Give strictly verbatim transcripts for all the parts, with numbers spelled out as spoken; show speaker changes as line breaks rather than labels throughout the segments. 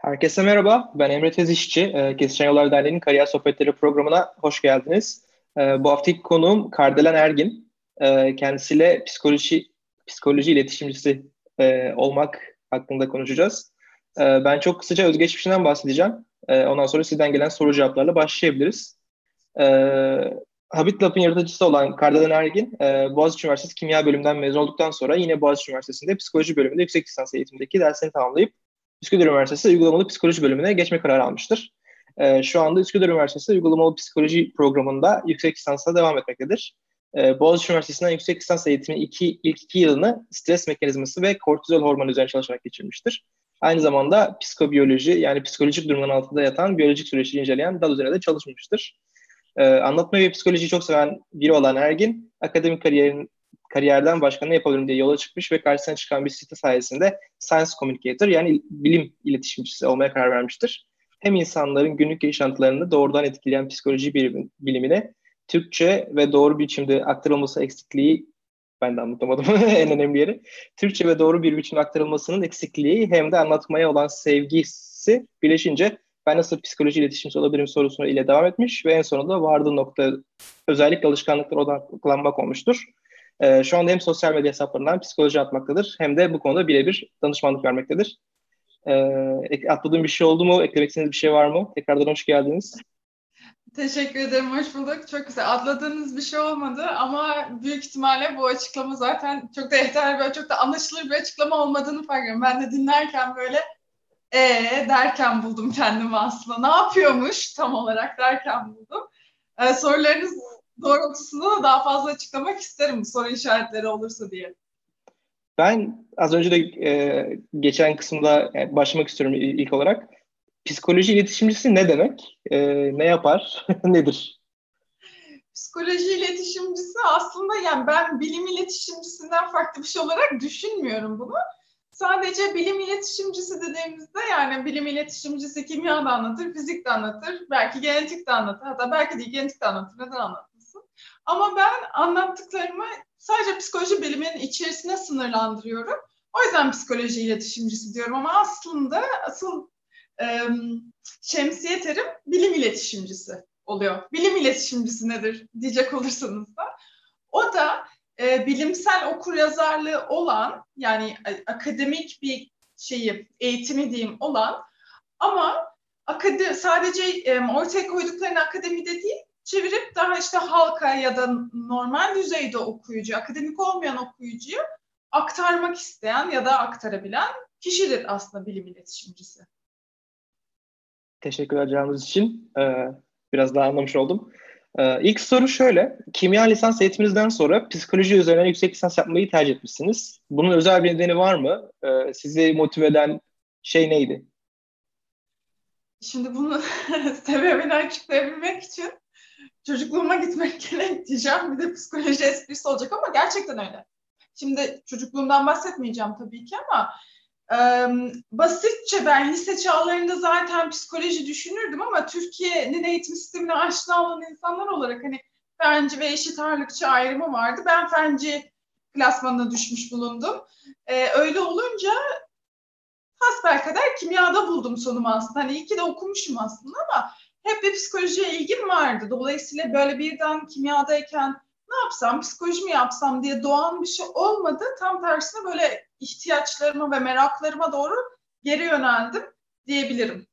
Herkese merhaba, ben Emre Tezişçi. Ee, Kesişen Yollar Derneği'nin Kariyer Sohbetleri programına hoş geldiniz. Ee, bu haftaki konuğum Kardelen Ergin. Ee, kendisiyle psikoloji psikoloji iletişimcisi e, olmak hakkında konuşacağız. Ee, ben çok kısaca özgeçmişinden bahsedeceğim. Ee, ondan sonra sizden gelen soru cevaplarla başlayabiliriz. Ee, Habitlab'ın yaratıcısı olan Kardelen Ergin, e, Boğaziçi Üniversitesi Kimya Bölümünden mezun olduktan sonra yine Boğaziçi Üniversitesi'nde psikoloji bölümünde yüksek lisans eğitimindeki dersini tamamlayıp Üsküdar Üniversitesi Uygulamalı Psikoloji bölümüne geçme kararı almıştır. Ee, şu anda Üsküdar Üniversitesi Uygulamalı Psikoloji programında yüksek lisansa devam etmektedir. Ee, Boğaziçi Üniversitesi'nden yüksek lisans eğitiminin iki, ilk iki yılını stres mekanizması ve kortizol hormonu üzerine çalışarak geçirmiştir. Aynı zamanda psikobiyoloji, yani psikolojik durumların altında yatan biyolojik süreçleri inceleyen dal üzerine de çalışmıştır. Ee, anlatmayı ve psikolojiyi çok seven biri olan Ergin, akademik kariyerin kariyerden başka ne yapabilirim diye yola çıkmış ve karşısına çıkan bir site sayesinde Science Communicator, yani bilim iletişimcisi olmaya karar vermiştir. Hem insanların günlük yaşantılarını doğrudan etkileyen psikoloji bilim, bilimine Türkçe ve doğru biçimde aktarılması eksikliği, ben de anlatamadım en önemli yeri. Türkçe ve doğru bir biçimde aktarılmasının eksikliği hem de anlatmaya olan sevgisi birleşince ben nasıl psikoloji iletişimci olabilirim sorusuna ile devam etmiş ve en sonunda vardığı nokta özellikle alışkanlıklara odaklanmak olmuştur. Ee, şu anda hem sosyal medya hesaplarından psikoloji atmaktadır hem de bu konuda birebir danışmanlık vermektedir. Ee, atladığım bir şey oldu mu? Eklemek istediğiniz bir şey var mı? Tekrardan hoş geldiniz.
Teşekkür ederim, hoş bulduk. Çok güzel. Atladığınız bir şey olmadı ama büyük ihtimalle bu açıklama zaten çok da yeterli, böyle çok da anlaşılır bir açıklama olmadığını fark ediyorum. Ben de dinlerken böyle ee derken buldum kendimi aslında. Ne yapıyormuş tam olarak derken buldum. Ee, sorularınız doğrultusunda da daha fazla açıklamak isterim soru işaretleri olursa diye.
Ben az önce de e, geçen kısımda yani başlamak istiyorum ilk olarak. Psikoloji iletişimcisi ne demek? E, ne yapar? Nedir?
Psikoloji iletişimcisi aslında, yani ben bilim iletişimcisinden farklı bir şey olarak düşünmüyorum bunu. Sadece bilim iletişimcisi dediğimizde, yani bilim iletişimcisi kimya da anlatır, fizik de anlatır, belki genetik de anlatır, hatta belki değil genetik de anlatır, neden anlatmasın. Ama ben anlattıklarımı sadece psikoloji biliminin içerisine sınırlandırıyorum. O yüzden psikoloji iletişimcisi diyorum ama aslında asıl e, şemsiye terim bilim iletişimcisi oluyor. Bilim iletişimcisi nedir diyecek olursanız da. O da e, bilimsel okuryazarlığı olan, yani akademik bir şeyi, eğitimi diyeyim olan ama akade, sadece e, ortaya koyduklarını akademide değil, çevirip daha işte halka ya da normal düzeyde okuyucu, akademik olmayan okuyucuya aktarmak isteyen ya da aktarabilen kişidir aslında bilim iletişimcisi.
Teşekkür edeceğiniz için. Ee, biraz daha anlamış oldum. Ee, ilk soru şöyle. Kimya lisans eğitiminizden sonra psikoloji üzerine yüksek lisans yapmayı tercih etmişsiniz. Bunun özel bir nedeni var mı? Ee, sizi motive eden şey neydi?
Şimdi bunu sebebini açıklayabilmek için çocukluğuma gitmek gerek diyeceğim. Bir de psikoloji esprisi olacak ama gerçekten öyle. Şimdi çocukluğumdan bahsetmeyeceğim tabii ki ama e, basitçe ben lise çağlarında zaten psikoloji düşünürdüm ama Türkiye'nin eğitim sistemine aşina olan insanlar olarak hani fenci ve eşit ağırlıkçı ayrımı vardı. Ben fenci klasmanına düşmüş bulundum. E, öyle olunca hasbelkader kimyada buldum sonumu aslında. Hani iyi ki de okumuşum aslında ama hep bir psikolojiye ilgim vardı. Dolayısıyla böyle birden kimyadayken ne yapsam, psikoloji mi yapsam diye doğan bir şey olmadı. Tam tersine böyle ihtiyaçlarıma ve meraklarıma doğru geri yöneldim diyebilirim.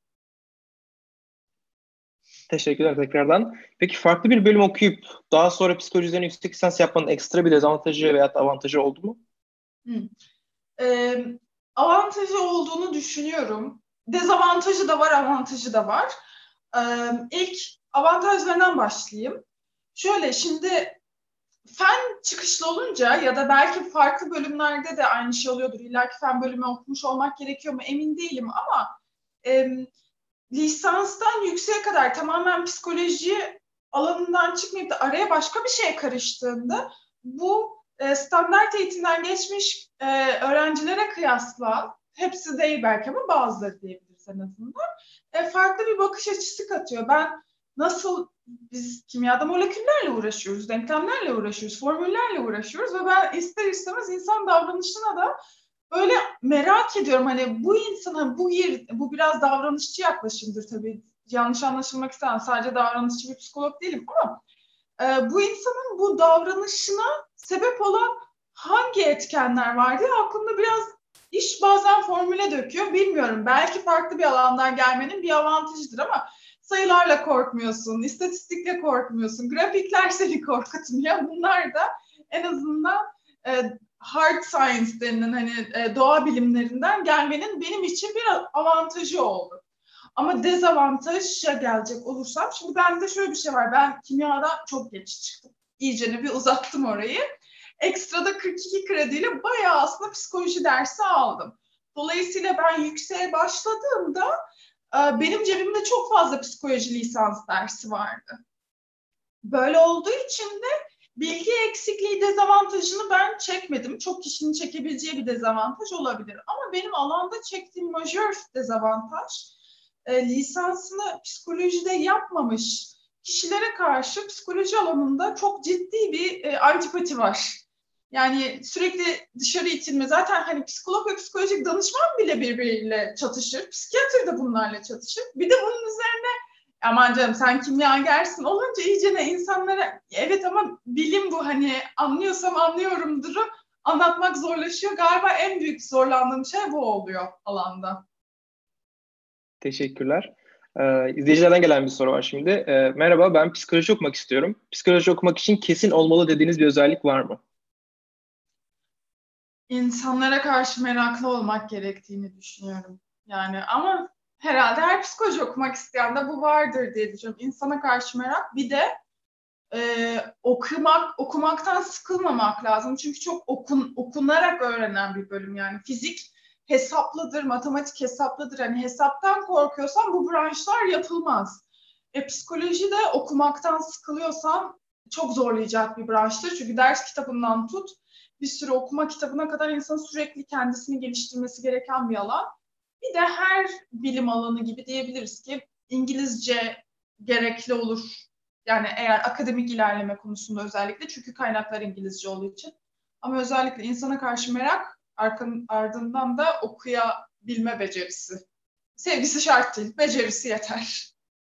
Teşekkürler tekrardan. Peki farklı bir bölüm okuyup daha sonra psikoloji üzerine yüksek lisans yapmanın ekstra bir dezavantajı veya avantajı oldu mu?
Hmm. Ee, avantajı olduğunu düşünüyorum. Dezavantajı da var, avantajı da var. Ee, ilk avantajlarından başlayayım. Şöyle, şimdi fen çıkışlı olunca ya da belki farklı bölümlerde de aynı şey oluyordur. İlla ki fen bölümü okumuş olmak gerekiyor mu emin değilim ama e, lisanstan yükseğe kadar tamamen psikoloji alanından çıkmayıp da araya başka bir şeye karıştığında bu e, standart eğitimden geçmiş e, öğrencilere kıyasla, hepsi değil belki ama bazıları diyebiliriz en azından, e, farklı bir bakış açısı katıyor. Ben nasıl, biz kimyada moleküllerle uğraşıyoruz, denklemlerle uğraşıyoruz, formüllerle uğraşıyoruz ve ben ister istemez insan davranışına da böyle merak ediyorum hani bu insana bu yer, bu biraz davranışçı yaklaşımdır tabii. Yanlış anlaşılmak istemem. Sadece davranışçı bir psikolog değilim ama e, bu insanın bu davranışına sebep olan hangi etkenler var diye aklımda biraz iş bazen formüle döküyor. Bilmiyorum. Belki farklı bir alandan gelmenin bir avantajıdır ama sayılarla korkmuyorsun, istatistikle korkmuyorsun, grafikler seni korkutmuyor. Bunlar da en azından e, hard science denilen hani e, doğa bilimlerinden gelmenin benim için bir avantajı oldu. Ama dezavantaja gelecek olursam, şimdi bende şöyle bir şey var. Ben kimyada çok geç çıktım. İyicene bir uzattım orayı. Ekstrada kırk iki krediyle bayağı aslında psikoloji dersi aldım. Dolayısıyla ben yükseğe başladığımda benim cebimde çok fazla psikoloji lisans dersi vardı. Böyle olduğu için de bilgi eksikliği dezavantajını ben çekmedim. Çok kişinin çekebileceği bir dezavantaj olabilir. Ama benim alanda çektiğim majör dezavantaj, e, lisansını psikolojide yapmamış kişilere karşı psikoloji alanında çok ciddi bir e, antipati var. Yani sürekli dışarı itilme. Zaten hani psikolog ve psikolojik danışman bile birbiriyle çatışır. Psikiyatr da bunlarla çatışır. Bir de bunun üzerine aman canım sen kimyagersin olunca iyice ne insanlara evet ama bilim bu hani anlıyorsam anlıyorumdur anlatmak zorlaşıyor. Galiba en büyük zorlandığım şey bu oluyor alanda.
Teşekkürler. Ee, izleyicilerden gelen bir soru var şimdi. Ee, merhaba, ben psikoloji okumak istiyorum. Psikoloji okumak için kesin olmalı dediğiniz bir özellik var mı?
İnsanlara karşı meraklı olmak gerektiğini düşünüyorum. Yani ama herhalde her psikoloji okumak isteyen de bu vardır diye düşünüyorum. İnsana karşı merak. Bir de e, okumak, okumaktan sıkılmamak lazım. Çünkü çok okun, okunarak öğrenen bir bölüm yani. Fizik hesaplıdır, matematik hesaplıdır. Hani hesaptan korkuyorsan bu branşlar yapılmaz. E, psikoloji de okumaktan sıkılıyorsan çok zorlayacak bir branştır. Çünkü ders kitabından tut, bir sürü okuma kitabına kadar insanın sürekli kendisini geliştirmesi gereken bir alan. Bir de her bilim alanı gibi diyebiliriz ki İngilizce gerekli olur. Yani eğer akademik ilerleme konusunda özellikle çünkü kaynaklar İngilizce olduğu için. Ama özellikle insana karşı merak ardından da okuyabilme becerisi. Sevgisi şart değil, becerisi yeter.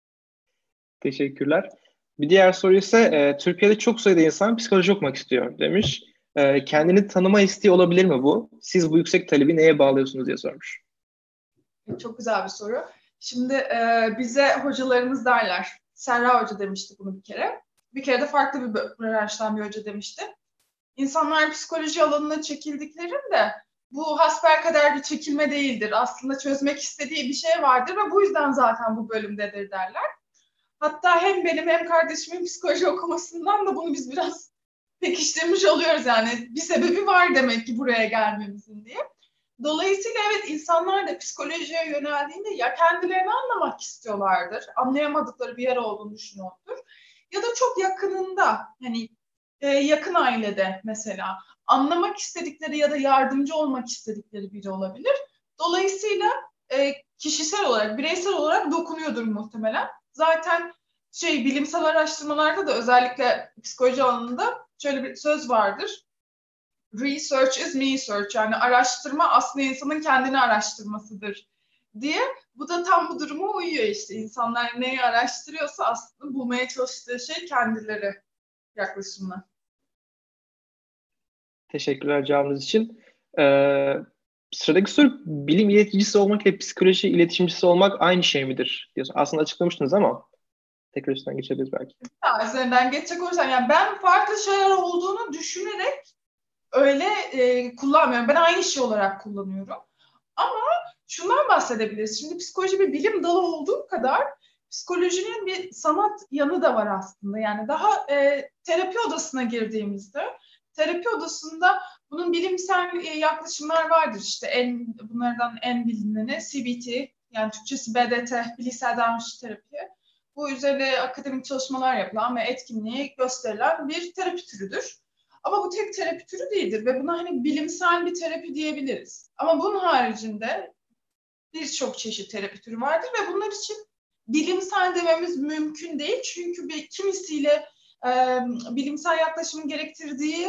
Teşekkürler. Bir diğer soru ise e, Türkiye'de çok sayıda insan psikoloji okumak istiyor demiş. E, kendini tanıma isteği olabilir mi bu? Siz bu yüksek talebi neye bağlıyorsunuz diye sormuş.
Çok güzel bir soru. Şimdi e, bize hocalarımız derler. Serra Hoca demişti bunu bir kere. Bir kere de farklı bir branştan bir hoca demişti. İnsanlar psikoloji alanına çekildiklerinde bu hasbelkader bir çekilme değildir. Aslında çözmek istediği bir şey vardır ve bu yüzden zaten bu bölümdedir derler. Hatta hem benim hem kardeşimin psikoloji okumasından da bunu biz biraz pekiştirmiş oluyoruz yani. Bir sebebi var demek ki buraya gelmemizin diye. Dolayısıyla evet insanlar da psikolojiye yöneldiğinde ya kendilerini anlamak istiyorlardır. Anlayamadıkları bir yer olduğunu düşünüyordur. Ya da çok yakınında hani e, yakın ailede mesela anlamak istedikleri ya da yardımcı olmak istedikleri biri olabilir. Dolayısıyla e, kişisel olarak, bireysel olarak dokunuyordur muhtemelen. Zaten şey bilimsel araştırmalarda da özellikle psikoloji alanında şöyle bir söz vardır. Research is me search. Yani araştırma aslında insanın kendini araştırmasıdır diye. Bu da tam bu duruma uyuyor işte. İnsanlar neyi araştırıyorsa aslında bulmaya çalıştığı şey kendileri yaklaşımla.
Teşekkürler cevabınız için. Ee, sıradaki soru, bilim ileticisi olmak ile psikoloji iletişimcisi olmak aynı şey midir? Diyorsun. Aslında açıklamıştınız ama tekrar üstünden geçebiliriz belki.
Ya, üzerinden geçecek olursam yani ben farklı şeyler olduğunu düşünerek öyle e, kullanmıyorum. Ben aynı şey olarak kullanıyorum. Ama şundan bahsedebiliriz. Şimdi psikoloji bir bilim dalı olduğu kadar psikolojinin bir sanat yanı da var aslında. Yani daha e, terapi odasına girdiğimizde terapi odasında bunun bilimsel e, yaklaşımlar vardır. İşte en bunlardan en bilineni C B T yani Türkçesi B D T, bilişsel davranış terapi. Bu üzerine akademik çalışmalar yapılan ve etkinliği gösterilen bir terapi türüdür. Ama bu tek terapi türü değildir ve buna hani bilimsel bir terapi diyebiliriz. Ama bunun haricinde birçok çeşit terapi türü vardır ve bunlar için bilimsel dememiz mümkün değil. Çünkü bir kimisiyle e, bilimsel yaklaşımın gerektirdiği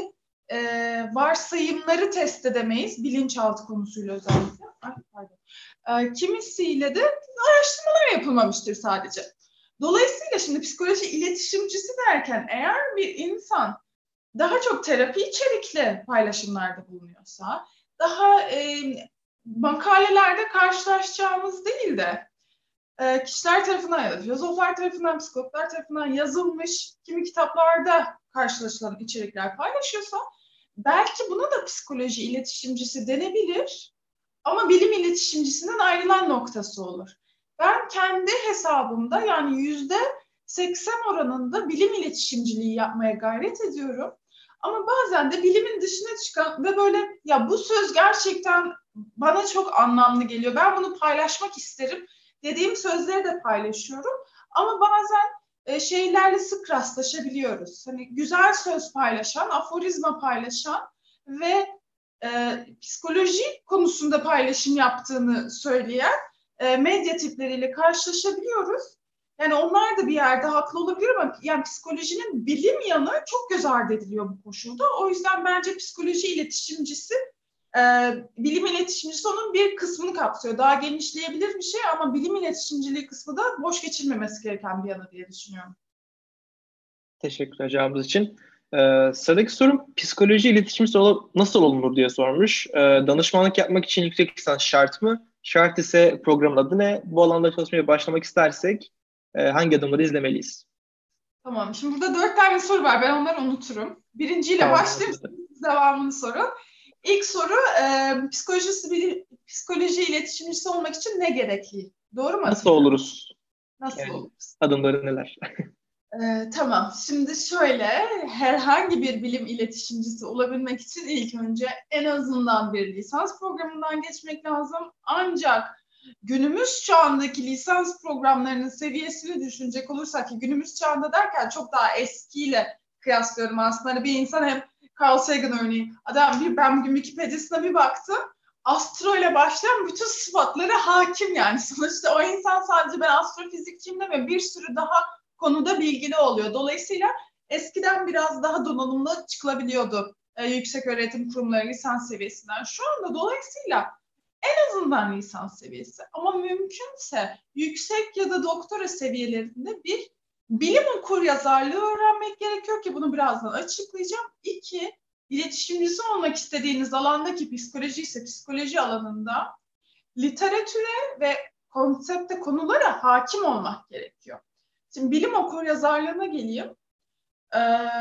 e, varsayımları test edemeyiz. Bilinçaltı konusuyla özellikle. Ay, pardon. E, kimisiyle de araştırmalar yapılmamıştır sadece. Dolayısıyla şimdi psikoloji iletişimcisi derken eğer bir insan daha çok terapi içerikli paylaşımlarda bulunuyorsa, daha e, makalelerde karşılaşacağımız değil de e, kişiler tarafından ya da filozoflar tarafından, psikologlar tarafından yazılmış kimi kitaplarda karşılaşılan içerikler paylaşıyorsa belki buna da psikoloji iletişimcisi denebilir ama bilim iletişimcisinden ayrılan noktası olur. Ben kendi hesabımda yani yüzde seksen oranında bilim iletişimciliği yapmaya gayret ediyorum. Ama bazen de bilimin dışına çıkan ve böyle ya bu söz gerçekten bana çok anlamlı geliyor. Ben bunu paylaşmak isterim dediğim sözleri de paylaşıyorum. Ama bazen e, şeylerle sık rastlaşabiliyoruz. Hani güzel söz paylaşan, aforizma paylaşan ve e, psikoloji konusunda paylaşım yaptığını söyleyen e, medya tipleriyle karşılaşabiliyoruz. Yani onlar da bir yerde haklı olabilir ama yani psikolojinin bilim yanı çok göz ardı ediliyor bu koşulda. O yüzden bence psikoloji iletişimcisi, e, bilim iletişimcisi onun bir kısmını kapsıyor. Daha genişleyebilir bir şey ama bilim iletişimciliği kısmı da boş geçilmemesi gereken bir yanı diye düşünüyorum.
Teşekkürler cevabınız için. Ee, sıradaki sorum psikoloji iletişimcisi ol- nasıl olunur diye sormuş. Ee, danışmanlık yapmak için yüksek lisans şart mı? Şart ise programın adı ne? Bu alanda çalışmaya başlamak istersek e, hangi adımları izlemeliyiz?
Tamam. Şimdi burada dört tane soru var. Ben onları unuturum. Birinciyle
Tamam.
başlayayım. Devamını sorun. İlk soru e, psikolojisi, psikoloji iletişimcisi olmak için ne gerekli? Doğru mu?
Nasıl oluruz?
Nasıl
Yani,
oluruz?
adımları neler?
Ee, tamam. Şimdi şöyle, herhangi bir bilim iletişimcisi olabilmek için ilk önce en azından bir lisans programından geçmek lazım. Ancak günümüz çağındaki lisans programlarının seviyesini düşünecek olursak ki günümüz çağında derken çok daha eskiyle kıyaslıyorum aslında. Hani bir insan hem Carl Sagan örneği, adam bir ben bugün Wikipedia'sına bir baktım. Astro ile başlayan bütün sıfatlara hakim yani. Sonuçta o insan sadece ben astrofizikçiyim demiyor. Bir sürü daha konuda bilgili oluyor. Dolayısıyla eskiden biraz daha donanımlı çıkılabiliyordu e, yüksek öğretim kurumları lisans seviyesinden. Şu anda dolayısıyla en azından lisans seviyesi ama mümkünse yüksek ya da doktora seviyelerinde bir bilim okuryazarlığı öğrenmek gerekiyor ki bunu birazdan açıklayacağım. İki, iletişimcisi olmak istediğiniz alandaki psikoloji ise psikoloji alanında literatüre ve konsepte konulara hakim olmak gerekiyor. Şimdi bilim okuryazarlığına geleyim. Ee,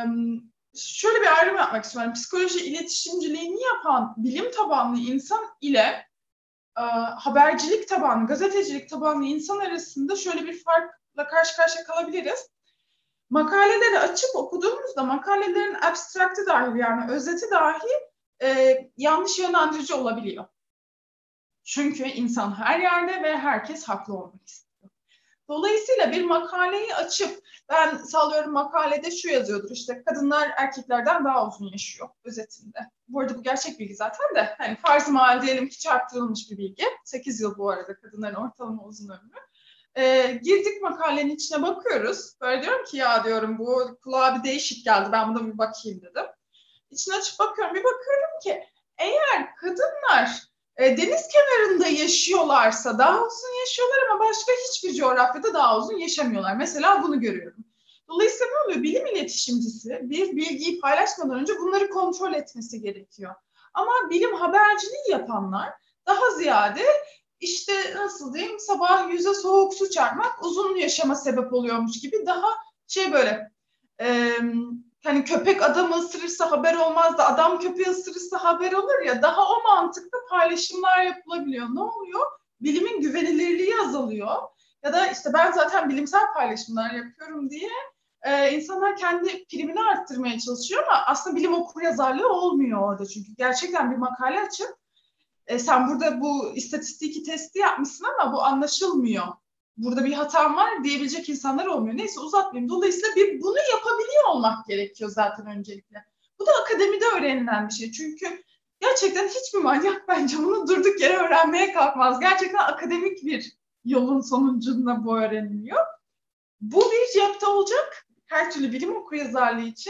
şöyle bir ayrım yapmak istiyorum. Psikoloji iletişimciliğini yapan bilim tabanlı insan ile e, habercilik tabanlı, gazetecilik tabanlı insan arasında şöyle bir farkla karşı karşıya kalabiliriz. Makaleleri açıp okuduğumuzda makalelerin abstraktı dahi yani özeti dahi e, yanlış yönlendirici olabiliyor. Çünkü insan her yerde ve herkes haklı olmak istiyor. Dolayısıyla bir makaleyi açıp ben sallıyorum makalede şu yazıyordur işte kadınlar erkeklerden daha uzun yaşıyor özetinde. Bu arada bu gerçek bilgi zaten de hani farz-ı mahal diyelim ki çarptırılmış bir bilgi. sekiz yıl bu arada kadınların ortalama uzun ömrü. Ee, girdik makalenin içine bakıyoruz. Böyle diyorum ki ya diyorum bu kulağa bir değişik geldi ben buna bir bakayım dedim. İçine açıp bakıyorum bir bakıyorum ki eğer kadınlar e, deniz kenarında yaşıyorlarsa daha uzun yaşıyorlar ama başka hiçbir coğrafyada daha uzun yaşamıyorlar. Mesela bunu görüyorum. Dolayısıyla ne oluyor? Bilim iletişimcisi bir bilgiyi paylaşmadan önce bunları kontrol etmesi gerekiyor. Ama bilim haberciliği yapanlar daha ziyade işte nasıl diyeyim sabah yüze soğuk su çarpmak uzun yaşama sebep oluyormuş gibi daha şey böyle e, hani köpek adamı ısırırsa haber olmaz da adam köpeği ısırırsa haber olur ya daha o mantıklı paylaşımlar yapılabiliyor. Ne oluyor? Bilimin güvenilirliği azalıyor. Ya da işte ben zaten bilimsel paylaşımlar yapıyorum diye e, insanlar kendi primini arttırmaya çalışıyor ama aslında bilim okuryazarlığı olmuyor orada. Çünkü gerçekten bir makale açıp e, sen burada bu istatistiki testi yapmışsın ama bu anlaşılmıyor. Burada bir hatam var diyebilecek insanlar olmuyor. Neyse uzatmayayım. Dolayısıyla bir bunu yapabiliyor olmak gerekiyor zaten öncelikle. Bu da akademide öğrenilen bir şey. Çünkü gerçekten hiçbir manyak bence bunu durduk yere öğrenmeye kalkmaz. Gerçekten akademik bir yolun sonucunda bu öğreniliyor. Bu bir cepte olacak. Her türlü bilim okuryazarlığı için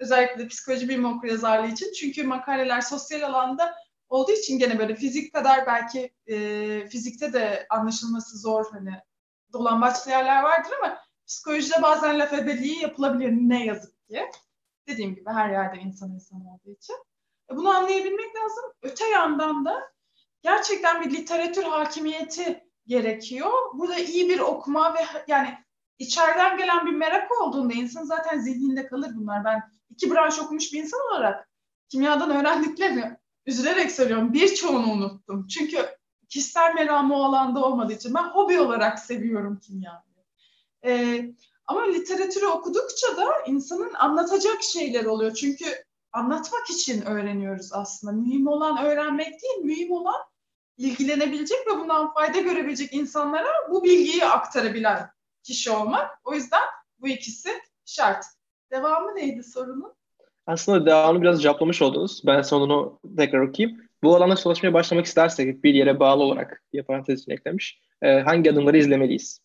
Özellikle psikoloji bilim okuryazarlığı için. Çünkü makaleler sosyal alanda olduğu için gene böyle fizik kadar belki e, fizikte de anlaşılması zor, hani dolambaçlı yerler vardır ama psikolojide bazen laf ebeliği yapılabilir ne yazık ki. Dediğim gibi her yerde insan insan olduğu için. E, bunu anlayabilmek lazım. Öte yandan da gerçekten bir literatür hakimiyeti gerekiyor. Burada iyi bir okuma ve yani içeriden gelen bir merak olduğunda insan zaten zihninde kalır bunlar. Ben iki branş okumuş bir insan olarak kimyadan öğrendiklerimi üzülerek söylüyorum. Birçoğunu unuttum. Çünkü kişisel meramı o alanda olmadığı için ben hobi olarak seviyorum kimyayı. Ee, ama literatürü okudukça da insanın anlatacak şeyler oluyor. Çünkü anlatmak için öğreniyoruz aslında. Mühim olan öğrenmek değil, mühim olan ilgilenebilecek ve bundan fayda görebilecek insanlara bu bilgiyi aktarabilen kişi olmak. O yüzden bu ikisi şart. Devamı neydi sorunun?
Aslında devamını biraz cevaplamış oldunuz. Ben sonunu tekrar okuyayım. Bu alanda çalışmaya başlamak istersek bir yere bağlı olarak diye parantez içine eklemiş. Ee, hangi adımları izlemeliyiz?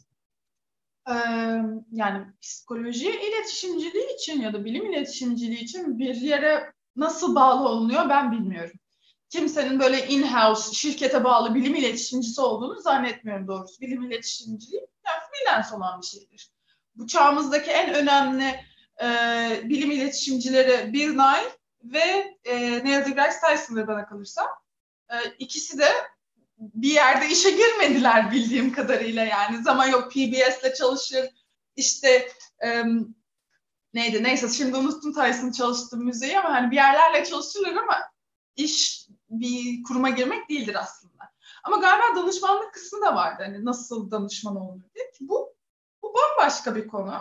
Ee, yani psikoloji iletişimciliği için ya da bilim iletişimciliği için bir yere nasıl bağlı olunuyor ben bilmiyorum. Kimsenin böyle in-house, şirkete bağlı bilim iletişimcisi olduğunu zannetmiyorum doğrusu. Bilim iletişimciliği yani freelance olan bir şeydir. Bu çağımızdaki en önemli e, bilim iletişimcileri Bill Nye ve e, Neil deGrasse Tyson'dır bana kalırsa. E, ikisi de bir yerde işe girmediler bildiğim kadarıyla yani. Zaman yok P B S'le çalışır, işte e, neydi neyse şimdi unuttum Tyson'ın çalıştığı müzeyi ama hani bir yerlerle çalışırlar ama iş bir kuruma girmek değildir aslında. Ama galiba danışmanlık kısmı da vardı. Hani nasıl danışman olunur diye. Bu, bu bambaşka bir konu.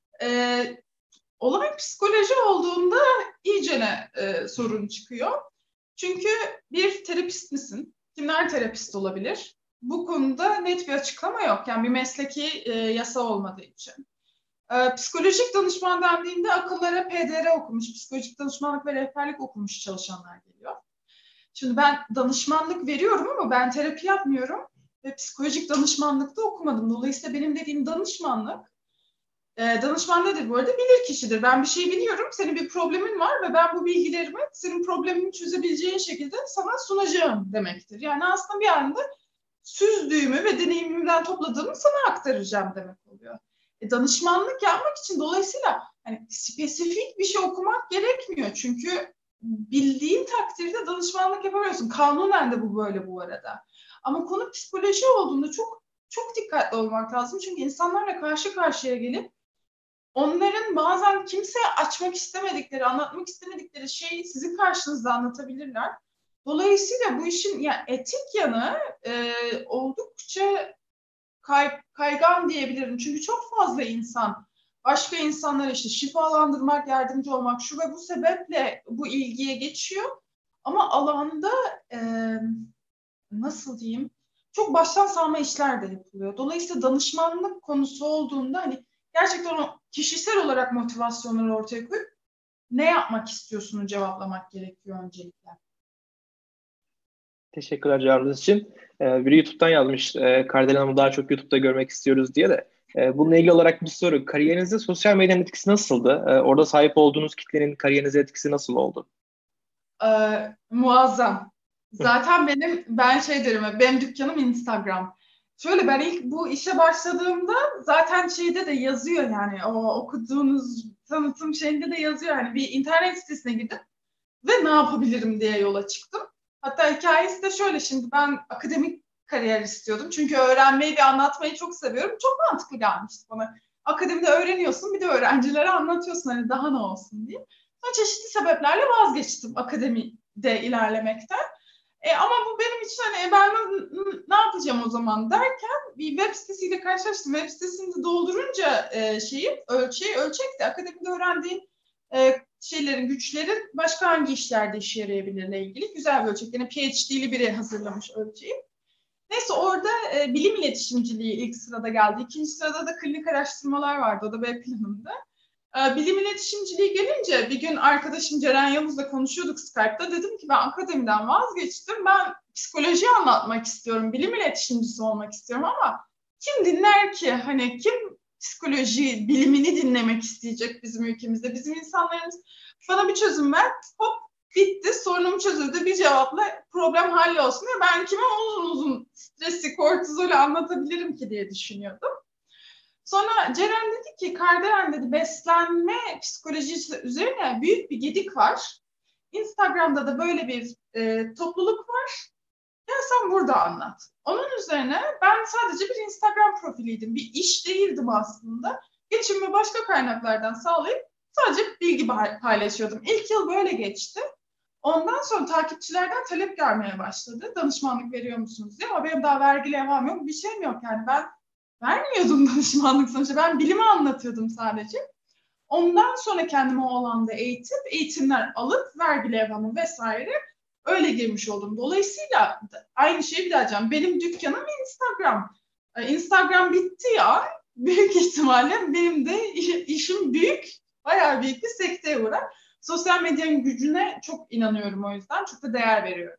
Ee, olay psikoloji olduğunda iyicene e, sorun çıkıyor. Çünkü bir terapist misin? Kimler terapist olabilir? Bu konuda net bir açıklama yok. Yani bir mesleki e, yasa olmadığı için. E, psikolojik danışman dendiğinde akıllara P D R okumuş, psikolojik danışmanlık ve rehberlik okumuş çalışanlar geliyor. Şimdi ben danışmanlık veriyorum ama ben terapi yapmıyorum ve psikolojik danışmanlık da okumadım. Dolayısıyla benim dediğim danışmanlık, e, danışman nedir bu arada? Bilir kişidir. Ben bir şey biliyorum, senin bir problemin var ve ben bu bilgilerimi senin problemini çözebileceğin şekilde sana sunacağım demektir. Yani aslında bir anda süzdüğümü ve deneyimimden topladığımı sana aktaracağım demek oluyor. E, danışmanlık yapmak için dolayısıyla hani spesifik bir şey okumak gerekmiyor. Çünkü bildiğin takdirde danışmanlık yapamıyorsun. Kanunen de bu böyle bu arada. Ama konu psikoloji olduğunda çok çok dikkatli olmak lazım. Çünkü insanlarla karşı karşıya gelip onların bazen kimseye açmak istemedikleri, anlatmak istemedikleri şeyi sizin karşınızda anlatabilirler. Dolayısıyla bu işin yani etik yanı e, oldukça kay, kaygan diyebilirim. Çünkü çok fazla insan başka insanlara işte şifalandırmak, yardımcı olmak şu ve bu sebeple bu ilgiye geçiyor. Ama alanda e, nasıl diyeyim çok baştan savma işler de yapılıyor. Dolayısıyla danışmanlık konusu olduğunda hani gerçekten o kişisel olarak motivasyonları ortaya koyup ne yapmak istiyorsunuz cevaplamak gerekiyor öncelikle.
Teşekkürler cevabınız için. Ee, biri YouTube'dan yazmış. E, Kardelen Hanım'ı daha çok YouTube'da görmek istiyoruz diye de. E, bununla ilgili olarak bir soru. Kariyerinizde sosyal medyanın etkisi nasıldı? E, orada sahip olduğunuz kitlenin kariyerinize etkisi nasıl oldu?
Ee, muazzam. Zaten benim ben şey derim benim dükkanım Instagram. Şöyle ben ilk bu işe başladığımda zaten şeyde de yazıyor yani o okuduğunuz tanıtım şeyinde de yazıyor yani bir internet sitesine gidip ve ne yapabilirim diye yola çıktım. Hatta hikayesi de şöyle şimdi ben akademik kariyer istiyordum. Çünkü öğrenmeyi ve anlatmayı çok seviyorum. Çok mantıklı gelmişti bana. Akademide öğreniyorsun bir de öğrencilere anlatıyorsun hani daha ne olsun diye. Sonra çeşitli sebeplerle vazgeçtim akademide ilerlemekten. E, ama bu benim için hani ben ne yapacağım o zaman derken bir web sitesiyle karşılaştım. Web sitesini doldurunca e, şeyi ölçeği ölçekte akademide öğrendiğin e, şeylerin, güçlerin başka hangi işlerde işe yarayabilirle ilgili güzel bir ölçek. Yani P H D'li biri hazırlamış ölçeği. Neyse orada e, bilim iletişimciliği ilk sırada geldi. İkinci sırada da klinik araştırmalar vardı. O da B planımda. E, bilim iletişimciliği gelince bir gün arkadaşım Ceren Yavuz'la konuşuyorduk Skype'da. Dedim ki ben akademiden vazgeçtim. Ben psikoloji anlatmak istiyorum. Bilim iletişimcisi olmak istiyorum ama kim dinler ki? Hani kim psikoloji bilimini dinlemek isteyecek bizim ülkemizde? Bizim insanlarımız bana bir çözüm ver, hop bitti, sorunum çözüldü, bir cevapla problem hallolsun diye ben kime uzun uzun stresi, kortizolü anlatabilirim ki diye düşünüyordum. Sonra Ceren dedi ki, Kardelen dedi, beslenme psikolojisi üzerine büyük bir gedik var. Instagram'da da böyle bir e, topluluk var. Ya sen burada anlat. Onun üzerine ben sadece bir Instagram profiliydim. Bir iş değildim aslında. Geçimimi başka kaynaklardan sağlayıp sadece bilgi paylaşıyordum. İlk yıl böyle geçti. Ondan sonra takipçilerden talep gelmeye başladı. Danışmanlık veriyor musunuz diye. Ama benim daha vergi levham yok, bir şeyim yok. Yani ben vermiyordum danışmanlık sonuçta. Ben bilimi anlatıyordum sadece. Ondan sonra kendimi o alanda eğitip, eğitimler alıp vergi levhamı vesaire öyle girmiş oldum. Dolayısıyla aynı şeyi bir daha diyeceğim. Benim dükkanım Instagram. Instagram bitti ya. Büyük ihtimalle benim de işim büyük, bayağı büyük bir sekteye uğrar. Sosyal medyanın gücüne çok inanıyorum o yüzden. Çok da değer veriyorum.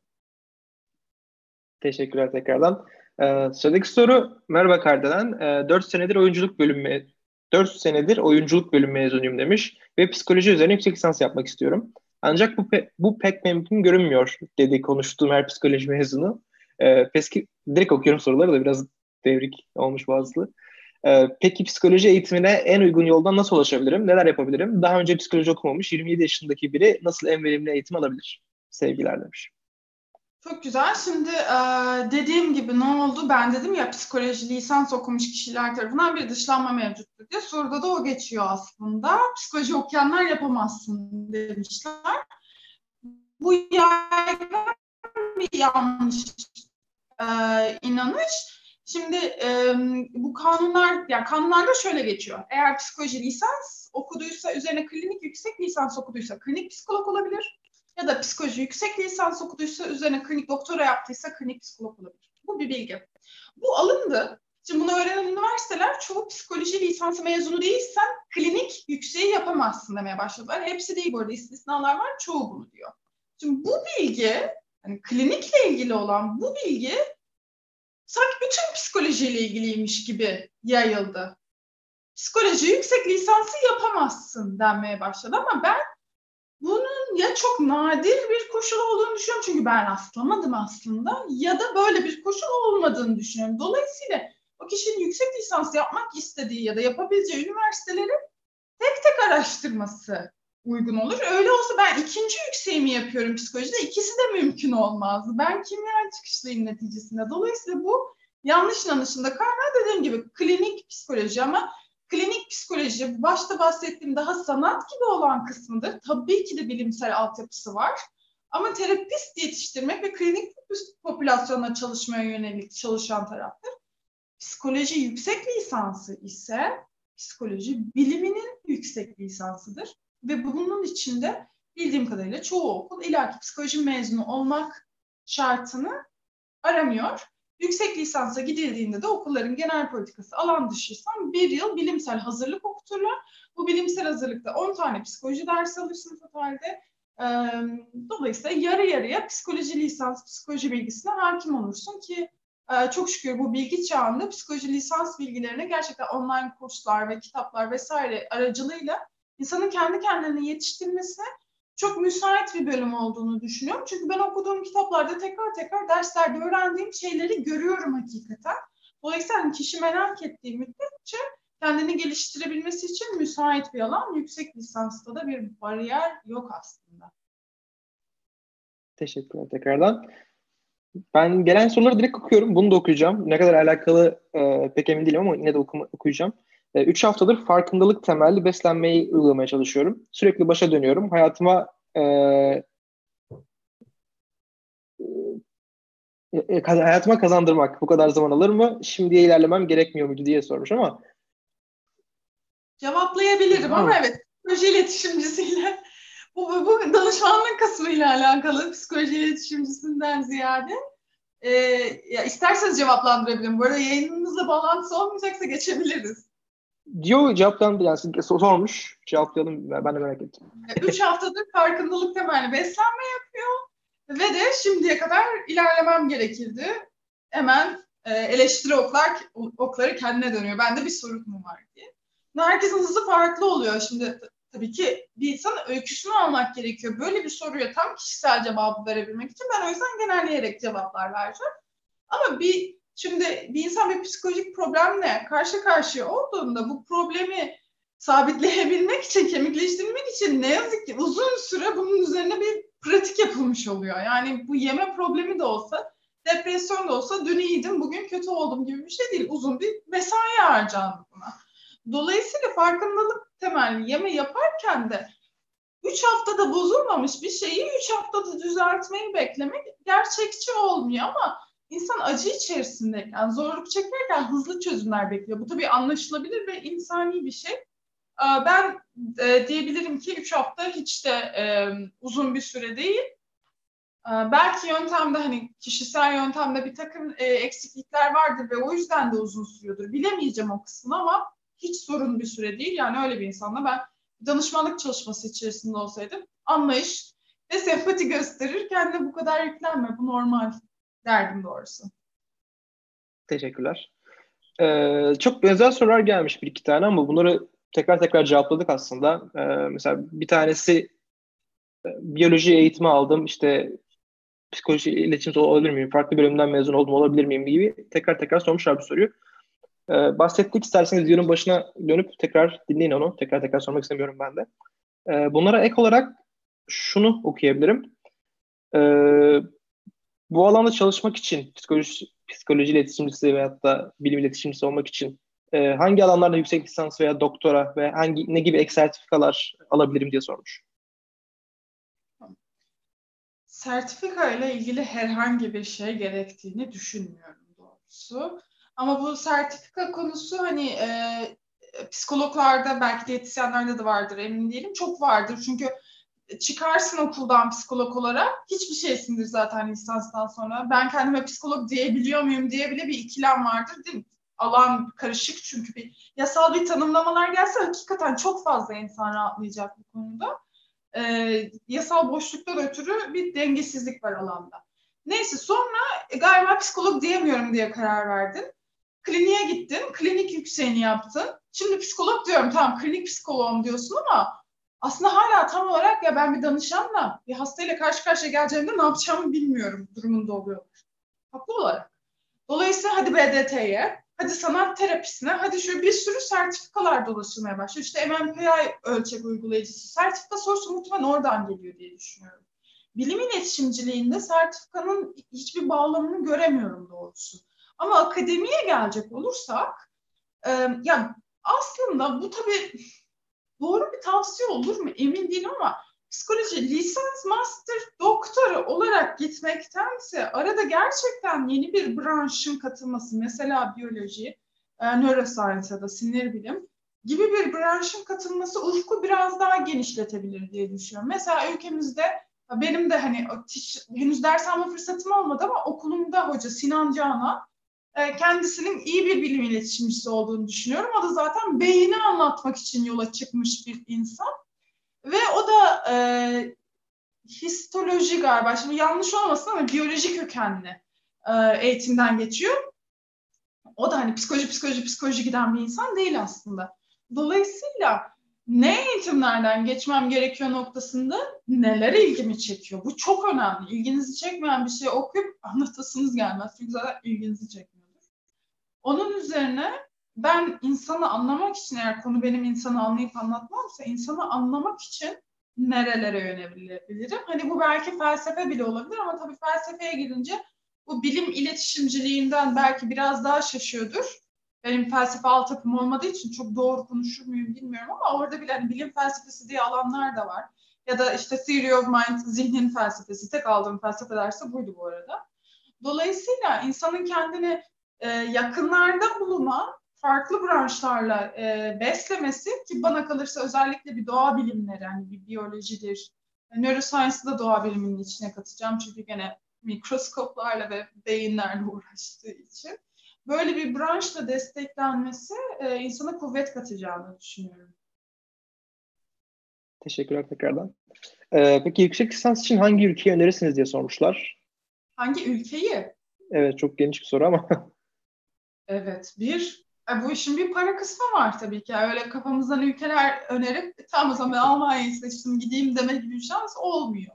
Teşekkürler tekrardan. Ee, sıradaki soru, merhaba Kardelen. Ee, dört senedir oyunculuk bölümü dört senedir oyunculuk bölümü mezunuyum demiş ve psikoloji üzerine yüksek lisans yapmak istiyorum. Ancak bu, pe- bu pek mümkün görünmüyor dedi konuştuğum her psikoloji mezunu. Ee, peski, direkt okuyorum soruları da biraz devrik olmuş bazıları. Ee, peki psikoloji eğitimine en uygun yoldan nasıl ulaşabilirim? Neler yapabilirim? Daha önce psikoloji okumamış yirmi yedi yaşındaki biri nasıl en verimli eğitim alabilir? Sevgiler demiş.
Çok güzel. Şimdi e, dediğim gibi ne oldu? Ben dedim ya, psikoloji lisans okumuş kişiler tarafından bir dışlanma mevcuttur diye. Soruda da o geçiyor aslında. Psikoloji okuyanlar yapamazsın demişler. Bu yaygın bir yanlış e, inanış. Şimdi e, bu kanunlar, yani kanunlarda şöyle geçiyor. Eğer psikoloji lisans okuduysa, üzerine klinik yüksek lisans okuduysa klinik psikolog olabilir. Ya da psikoloji yüksek lisans okuduysa, üzerine klinik doktora yaptıysa klinik psikolog olabilir. Bu bir bilgi. Bu alındı. Şimdi bunu öğrenen üniversiteler, çoğu psikoloji lisansı mezunu değilsen klinik yükseği yapamazsın demeye başladılar. Hepsi değil bu arada, istisnalar var, çoğu bunu diyor. Şimdi bu bilgi, hani klinikle ilgili olan bu bilgi sanki bütün psikolojiyle ilgiliymiş gibi yayıldı. Psikoloji yüksek lisansı yapamazsın denmeye başladı ama ben bunun ya çok nadir bir koşul olduğunu düşünüyorum, çünkü ben rastlamadım aslında, ya da böyle bir koşul olmadığını düşünüyorum. Dolayısıyla o kişinin yüksek lisans yapmak istediği ya da yapabileceği üniversiteleri tek tek araştırması uygun olur. Öyle olsa ben ikinci yükseğimi yapıyorum psikolojide, ikisi de mümkün olmazdı. Ben kimya çıkışlıyım neticesinde. Dolayısıyla bu yanlış inanışında kaynağı, dediğim gibi klinik psikoloji, ama klinik psikoloji başta bahsettiğim daha sanat gibi olan kısmıdır. Tabii ki de bilimsel altyapısı var. Ama terapist yetiştirmek ve klinik popülasyonla çalışmaya yönelik çalışan taraftır. Psikoloji yüksek lisansı ise psikoloji biliminin yüksek lisansıdır. Ve bunun içinde bildiğim kadarıyla çoğu okul illaki psikoloji mezunu olmak şartını aramıyor. Yüksek lisansa gidildiğinde de okulların genel politikası alan dışıysan bir yıl bilimsel hazırlık okuturlar. Bu bilimsel hazırlıkta on tane psikoloji dersi alırsın totalde. Dolayısıyla yarı yarıya psikoloji lisans, psikoloji bilgisine hakim olursun ki çok şükür bu bilgi çağında psikoloji lisans bilgilerine gerçekten online kurslar ve kitaplar vesaire aracılığıyla insanın kendi kendine yetiştirmesine çok müsait bir bölüm olduğunu düşünüyorum. Çünkü ben okuduğum kitaplarda tekrar tekrar derslerde öğrendiğim şeyleri görüyorum hakikaten. Dolayısıyla kişi merak ettiği müddetçe kendini geliştirebilmesi için müsait bir alan. Yüksek lisansta da bir bariyer yok aslında.
Teşekkürler tekrardan. Ben gelen soruları direkt okuyorum. Bunu da okuyacağım. Ne kadar alakalı e, pek emin değilim ama yine de okuma, okuyacağım. E, üç haftadır farkındalık temelli beslenmeyi uygulamaya çalışıyorum. Sürekli başa dönüyorum. Hayatıma e, e, hayatıma kazandırmak bu kadar zaman alır mı? Şimdiye ilerlemem gerekmiyor muydu diye sormuş ama.
Cevaplayabilirim ama evet, psikoloji iletişimcisiyle bu, bu, bu danışmanlık kısmıyla alakalı, psikoloji iletişimcisinden ziyade. Ee, ya isterseniz cevaplandırabilirim. Bu arada yayınımızla bağlantısı olmayacaksa geçebiliriz.
Diyor cevaplandı, yani sormuş. Cevaplayalım, ben de merak ettim.
Üç haftadır farkındalık temelli beslenme yapıyor ve de şimdiye kadar ilerlemem gerekirdi. Hemen e, eleştiri oklar, okları kendine dönüyor. Bende bir sorun mu var diye. Herkesin hızı farklı oluyor. Şimdi tabii ki bir insanın öyküsünü almak gerekiyor. Böyle bir soruya tam kişisel cevabı verebilmek için ben o yüzden genelleyerek cevaplar vereceğim. Ama bir şimdi bir insan bir psikolojik problemle karşı karşıya olduğunda bu problemi sabitleyebilmek için, kemikleştirmek için ne yazık ki uzun süre bunun üzerine bir pratik yapılmış oluyor. Yani bu yeme problemi de olsa, depresyon da olsa dün iyiydim, bugün kötü oldum gibi bir şey değil. Uzun bir mesai harcandı buna. Dolayısıyla farkındalık temelli yeme yaparken de üç haftada bozulmamış bir şeyi üç haftada düzeltmeyi beklemek gerçekçi olmuyor ama insan acı içerisindeyken, zorluk çekerken hızlı çözümler bekliyor. Bu tabii anlaşılabilir ve insani bir şey. Ben e, diyebilirim ki üç hafta hiç de e, uzun bir süre değil. E, belki yöntemde hani kişisel yöntemde bir takım e, eksiklikler vardır ve o yüzden de uzun sürüyordur. Bilemeyeceğim o kısmını ama hiç sorun bir süre değil. Yani öyle bir insanla ben danışmanlık çalışması içerisinde olsaydım anlayış ve sempati gösterir. Kendine bu kadar yüklenme. Bu normal derdim doğrusu.
Teşekkürler. Ee, çok benzer sorular gelmiş bir iki tane ama bunları tekrar tekrar cevapladık aslında. Ee, mesela bir tanesi biyoloji eğitimi aldım. İşte psikoloji iletişim olabilir miyim? Farklı bölümden mezun oldum olabilir miyim gibi tekrar tekrar sormuşlar bu soruyu. Ee, bahsettik, isterseniz videonun başına dönüp tekrar dinleyin onu. Tekrar tekrar sormak istemiyorum ben de. Ee, bunlara ek olarak şunu okuyabilirim. Ee, bu alanda çalışmak için psikoloji, psikoloji iletişimcisi veyahut da bilim iletişimcisi olmak için e, hangi alanlarda yüksek lisans veya doktora ve hangi ne gibi ek sertifikalar alabilirim diye sormuş.
Sertifika ile ilgili herhangi bir şey gerektiğini düşünmüyorum doğrusu. Ama bu sertifika konusu hani e, psikologlarda belki diyetisyenlerde de vardır emin değilim. Çok vardır çünkü çıkarsın okuldan psikolog olarak hiçbir şeysindir zaten lisanstan sonra. Ben kendime psikolog diyebiliyor muyum diye bile bir ikilem vardır değil mi? Alan karışık çünkü bir yasal bir tanımlamalar gelse hakikaten çok fazla insan rahatlayacak bu konuda. E, yasal boşluktan ötürü bir dengesizlik var alanda. Neyse sonra e, galiba psikolog diyemiyorum diye karar verdin. Kliniğe gittin, klinik yükseğini yaptın. Şimdi psikolog diyorum, tamam klinik psikoloğum diyorsun ama aslında hala tam olarak ya ben bir danışanla bir hastayla karşı karşıya geleceğimde ne yapacağımı bilmiyorum durumunda oluyorlar. Haklı olarak. Dolayısıyla hadi B D T'ye, hadi sanat terapisine, hadi şu bir sürü sertifikalar dolaşılmaya başlıyor. İşte M M P I ölçek uygulayıcısı. Sertifika sorusu muhtemelen oradan geliyor diye düşünüyorum. Bilim iletişimciliğinde sertifikanın hiçbir bağlamını göremiyorum doğrusu. Ama akademiye gelecek olursak, e, ya aslında bu tabii doğru bir tavsiye olur mu emin değilim ama psikoloji lisans, master, doktora olarak gitmektense arada gerçekten yeni bir branşın katılması, mesela biyoloji, e, neuroscience ya da sinir bilim gibi bir branşın katılması ufku biraz daha genişletebilir diye düşünüyorum. Mesela ülkemizde benim de hani henüz ders alma fırsatım olmadı ama okulumda hoca Sinan Canan kendisinin iyi bir bilim iletişimcisi olduğunu düşünüyorum. O da zaten beyni anlatmak için yola çıkmış bir insan. Ve o da e, histoloji galiba, şimdi yanlış olmasın ama biyoloji kökenli e, eğitimden geçiyor. O da hani psikoloji, psikoloji, psikoloji giden bir insan değil aslında. Dolayısıyla ne eğitimlerden geçmem gerekiyor noktasında neler ilgimi çekiyor? Bu çok önemli. İlginizi çekmeyen bir şey okuyup anlatasınız gelmez. Çünkü zaten ilginizi çekmiyordur. Onun üzerine ben insanı anlamak için, eğer konu benim insanı anlayıp anlatmamsa, insanı anlamak için nerelere yönelebilirim? Hani bu belki felsefe bile olabilir ama tabii felsefeye girince bu bilim iletişimciliğinden belki biraz daha şaşıyordur. Benim felsefe altyapım olmadığı için çok doğru konuşur muyum bilmiyorum ama orada bile hani bilim felsefesi diye alanlar da var. Ya da işte Theory of Mind, zihnin felsefesi. Tek aldığım felsefe dersi buydu bu arada. Dolayısıyla insanın kendini e, yakınlarda bulunan farklı branşlarla e, beslemesi, ki bana kalırsa özellikle bir doğa bilimleri, hani bir biyolojidir, neuroscience'ı da doğa biliminin içine katacağım çünkü gene mikroskoplarla ve beyinlerle uğraştığı için böyle bir branşla desteklenmesi e, insana kuvvet katacağını düşünüyorum.
Teşekkürler tekrardan. Ee, peki yüksek lisans için hangi ülkeyi önerirsiniz diye sormuşlar.
Hangi ülkeyi?
Evet, çok geniş bir soru ama.
Evet, bir e, bu işin bir para kısmı var tabii ki. Yani öyle kafamızdan ülkeler önerip tam o zaman ben Almanya'yı seçtim gideyim deme gibi bir şans olmuyor.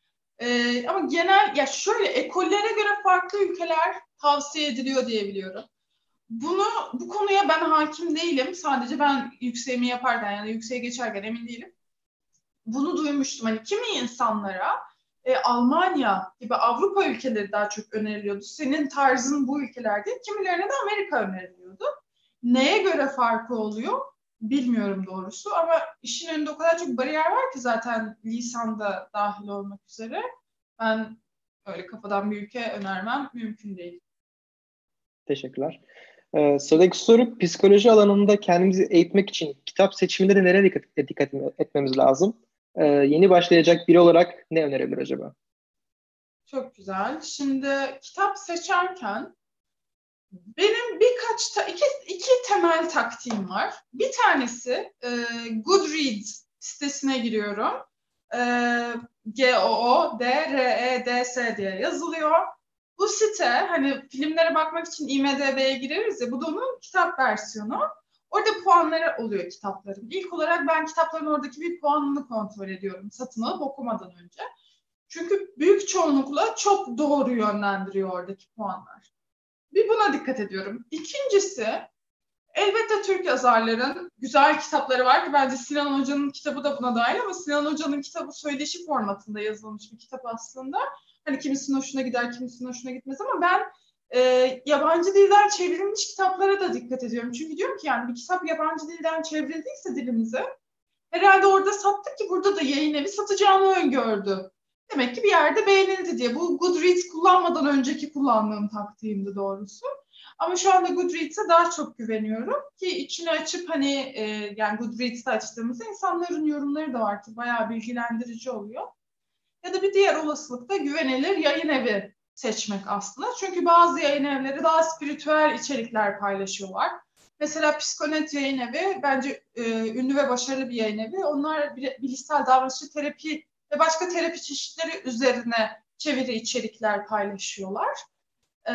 Ee, ama genel ya şöyle ekollere göre farklı ülkeler tavsiye ediliyor diye biliyorum. Bunu bu konuya ben hakim değilim. Sadece ben yükseğimi yaparken yani yükseğe geçerken emin değilim. Bunu duymuştum. Hani kimi insanlara e, Almanya gibi Avrupa ülkeleri daha çok öneriliyordu. Senin tarzın bu ülkeler değil. Kimilerine de Amerika öneriliyordu. Neye göre farkı oluyor bilmiyorum doğrusu ama işin önünde o kadar çok bariyer var ki zaten lisanda dahil olmak üzere. Ben öyle kafadan bir ülke önermem mümkün değil.
Teşekkürler. Ee, sıradaki soru psikoloji alanında kendimizi eğitmek için kitap seçiminde nelere dikkat, dikkat etmemiz lazım? Ee, yeni başlayacak biri olarak ne önerebilir acaba?
Çok güzel. Şimdi kitap seçerken benim birkaç ta, iki, iki temel taktiğim var. Bir tanesi e, Goodreads sitesine giriyorum. E, G O O D R E D S diye yazılıyor. Bu site hani filmlere bakmak için I M D B'ye gireriz ya bu da onun kitap versiyonu. Orada puanları oluyor kitapların. İlk olarak ben kitapların oradaki bir puanını kontrol ediyorum satın alıp okumadan önce. Çünkü büyük çoğunlukla çok doğru yönlendiriyor oradaki puanlar. Bir buna dikkat ediyorum. İkincisi, elbette Türk yazarların güzel kitapları var ki bence Sinan Hoca'nın kitabı da buna dahil ama Sinan Hoca'nın kitabı söyleşi formatında yazılmış bir kitap aslında. Hani kimisinin hoşuna gider, kimisinin hoşuna gitmez ama ben e, yabancı dilden çevrilmiş kitaplara da dikkat ediyorum. Çünkü diyorum ki yani bir kitap yabancı dilden çevrildiyse dilimize herhalde orada sattık ki burada da yayın evi satacağını öngördü. Demek ki bir yerde beğenildi diye. Bu Goodreads kullanmadan önceki kullandığım taktiğimdi doğrusu. Ama şu anda Goodreads'e daha çok güveniyorum ki içini açıp hani e, yani Goodreads'te açtığımızda insanların yorumları da var ki bayağı bilgilendirici oluyor. Ya da bir diğer olasılık da güvenilir yayın evi seçmek aslında. Çünkü bazı yayın evleri daha spiritüel içerikler paylaşıyorlar. Mesela Psikonet Yayın Evi bence e, ünlü ve başarılı bir yayın evi. Onlar bilişsel davranışçı terapi ve başka terapi çeşitleri üzerine çeviri içerikler paylaşıyorlar. E,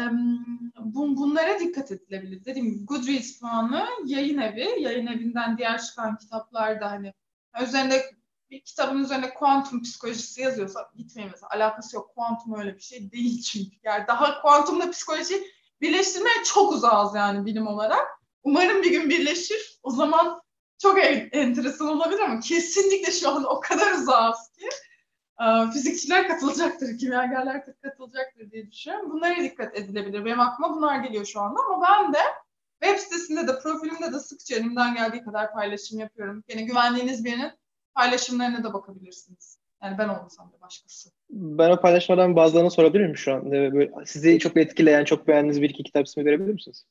bun, bunlara dikkat edilebilir. Dediğim gibi Goodreads puanı yayın evi, yayın evinden diğer çıkan kitaplar da hani üzerinde bir kitabın üzerine kuantum psikolojisi yazıyorsa gitmeyin mesela. Alakası yok. Kuantum öyle bir şey değil çünkü. Yani daha kuantumla psikoloji birleştirmeye çok uzağız yani bilim olarak. Umarım bir gün birleşir. O zaman çok enteresan olabilir ama kesinlikle şu an o kadar uzağız ki fizikçiler katılacaktır, kimyagerler katılacaktır diye düşünüyorum. Bunlara dikkat edilebilir. Benim aklıma bunlar geliyor şu anda ama ben de web sitesinde de profilimde de sıkça elimden geldiği kadar paylaşım yapıyorum. Yani güvendiğiniz birinin paylaşımlarına da bakabilirsiniz. Yani ben olmasam da başkası.
Ben o paylaşmadan bazılarını sorabilir miyim şu an? Böyle sizi çok etkileyen, çok beğendiğiniz bir iki kitap ismi verebilir misiniz?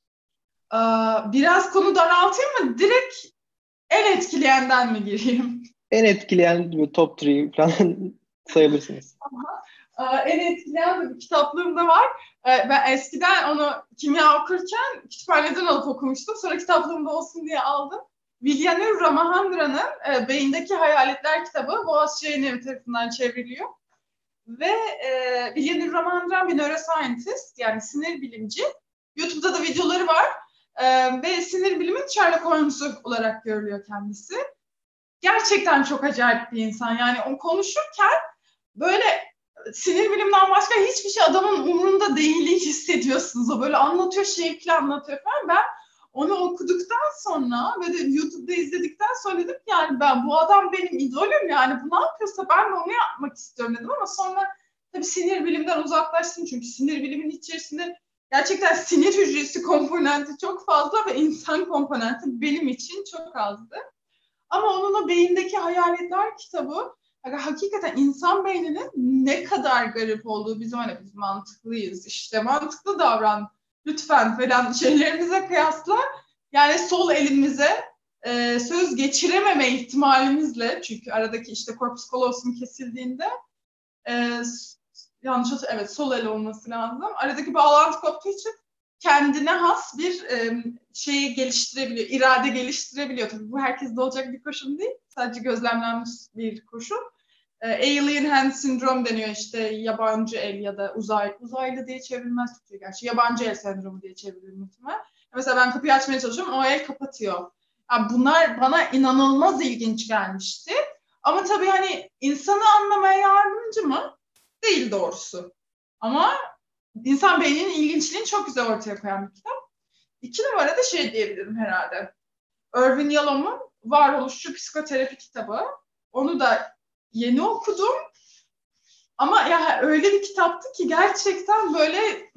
Biraz konu daraltayım mı? Direkt en etkileyenden mi gireyim?
En etkileyen top üç falan sayabilirsiniz.
En etkileyen bir kitaplığım da var. Ben eskiden onu kimya okurken kütüphaneden alıp okumuştum. Sonra kitaplığımda olsun diye aldım. Vilyanur Ramahandra'nın e, Beyindeki Hayaletler kitabı Boğaziçi Yayın Evi tarafından çevriliyor. Ve e, Vilyanur Ramahandran bir neuroscientist yani sinir bilimci. YouTube'da da videoları var. E, ve sinir bilimin Sherlock Holmes'u olarak görülüyor kendisi. Gerçekten çok acayip bir insan. Yani o konuşurken böyle sinir bilimden başka hiçbir şey adamın umurunda değilliği hissediyorsunuz. O böyle anlatıyor, şevkli anlatıyor falan. Ben onu okuduktan sonra ve de YouTube'da izledikten sonra dedim ki yani ben bu adam benim idolüm yani bu ne yapıyorsa ben de onu yapmak istiyorum dedim ama sonra tabii sinir bilimden uzaklaştım çünkü sinir bilimin içerisinde gerçekten sinir hücresi komponenti çok fazla ve insan komponenti benim için çok azdı. Ama onun o Beyindeki Hayaletler kitabı yani hakikaten insan beyninin ne kadar garip olduğu biz öyle biz mantıklıyız işte mantıklı davran lütfen falan şeylerimize kıyasla yani sol elimize e, söz geçirememe ihtimalimizle çünkü aradaki işte corpus callosum kesildiğinde e, yanlış hatırlıyorum evet sol el olması lazım aradaki bağlantı koptuğu için kendine has bir e, şeyi geliştirebiliyor, irade geliştirebiliyor. Tabii bu herkeste olacak bir koşul değil, sadece gözlemlenmiş bir koşul. Alien Hand Syndrome deniyor işte, yabancı el ya da uzay, uzaylı diye çevrilmez Türkçe gerçi. Yabancı el sendromu diye çevrilir muhtemelen. Mesela ben kapıyı açmaya çalışıyorum, o el kapatıyor. Yani bunlar bana inanılmaz ilginç gelmişti. Ama tabii hani insanı anlamaya yardımcı mı? Değil doğrusu. Ama insan beyninin ilginçliğini çok güzel ortaya koyan bir kitap. İki numarada şey diyebilirim herhalde. Irvin Yalom'un Varoluşçu Psikoterapi kitabı. Onu da yeni okudum. Ama ya öyle bir kitaptı ki gerçekten böyle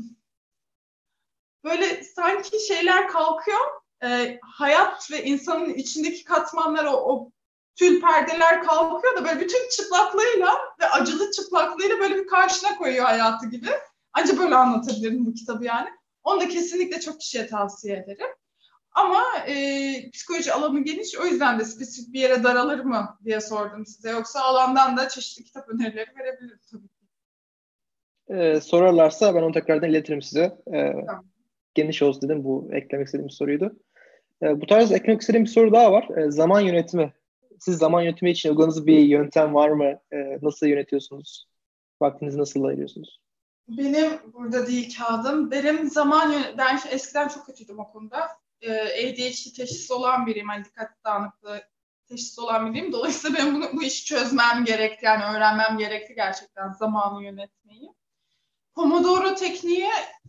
böyle sanki şeyler kalkıyor. E, hayat ve insanın içindeki katmanlar, o, o tül perdeler kalkıyor da böyle bütün çıplaklığıyla ve acılı çıplaklığıyla böyle bir karşına koyuyor hayatı gibi. Ancak böyle anlatabilirim bu kitabı yani. Onu da kesinlikle çok kişiye tavsiye ederim. Ama e, psikoloji alanı geniş, o yüzden de spesifik bir yere daralır mı diye sordum size. Yoksa alandan da çeşitli kitap önerileri verebilirim tabii ki.
Ee, sorarlarsa ben onu tekrardan iletirim size. Ee,
Tamam.
Geniş olsun dedim, bu eklemek istediğim bir soruydu. Ee, bu tarz eklemek istediğim bir soru daha var. Ee, zaman yönetimi. Siz zaman yönetimi için uyguladığınız bir yöntem var mı? Ee, nasıl yönetiyorsunuz? Vaktinizi nasıl ayırıyorsunuz?
Benim burada değil kağıdım. Benim zaman yön- ben eskiden çok kötüydüm o konuda. Ee, A D H D teşhisi olan biriyim. Hani dikkat dağınıklığı teşhisi olan biriyim. Dolayısıyla ben bunu, bu işi çözmem gerekti. Yani öğrenmem gerekti gerçekten zamanı yönetmeyi. Pomodoro tekniği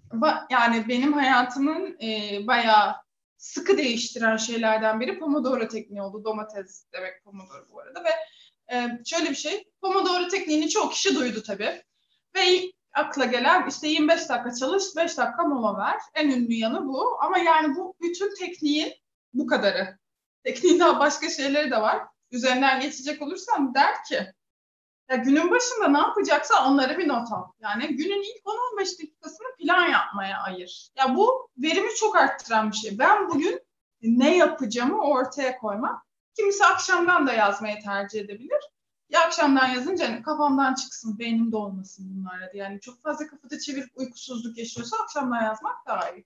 yani benim hayatımın e, bayağı sıkı değiştiren şeylerden biri Pomodoro tekniği oldu. Domates demek Pomodoro bu arada ve e, şöyle bir şey. Pomodoro tekniğini çoğu kişi duydu tabii. Ve ilk akla gelen işte yirmi beş dakika çalış, beş dakika mola ver. En ünlü yanı bu. Ama yani bu bütün tekniğin bu kadarı. Tekniğin daha başka şeyleri de var. Üzerinden geçecek olursam der ki ya günün başında ne yapacaksa onları bir not al. Yani günün ilk on on beş dakikasını plan yapmaya ayır. Ya bu verimi çok arttıran bir şey. Ben bugün ne yapacağımı ortaya koymak. Kimisi akşamdan da yazmayı tercih edebilir. Ya akşamdan yazınca hani kafamdan çıksın, beynimde olmasın bunlar. Yani çok fazla kafada çevirip uykusuzluk yaşıyorsa akşamdan yazmak daha iyi.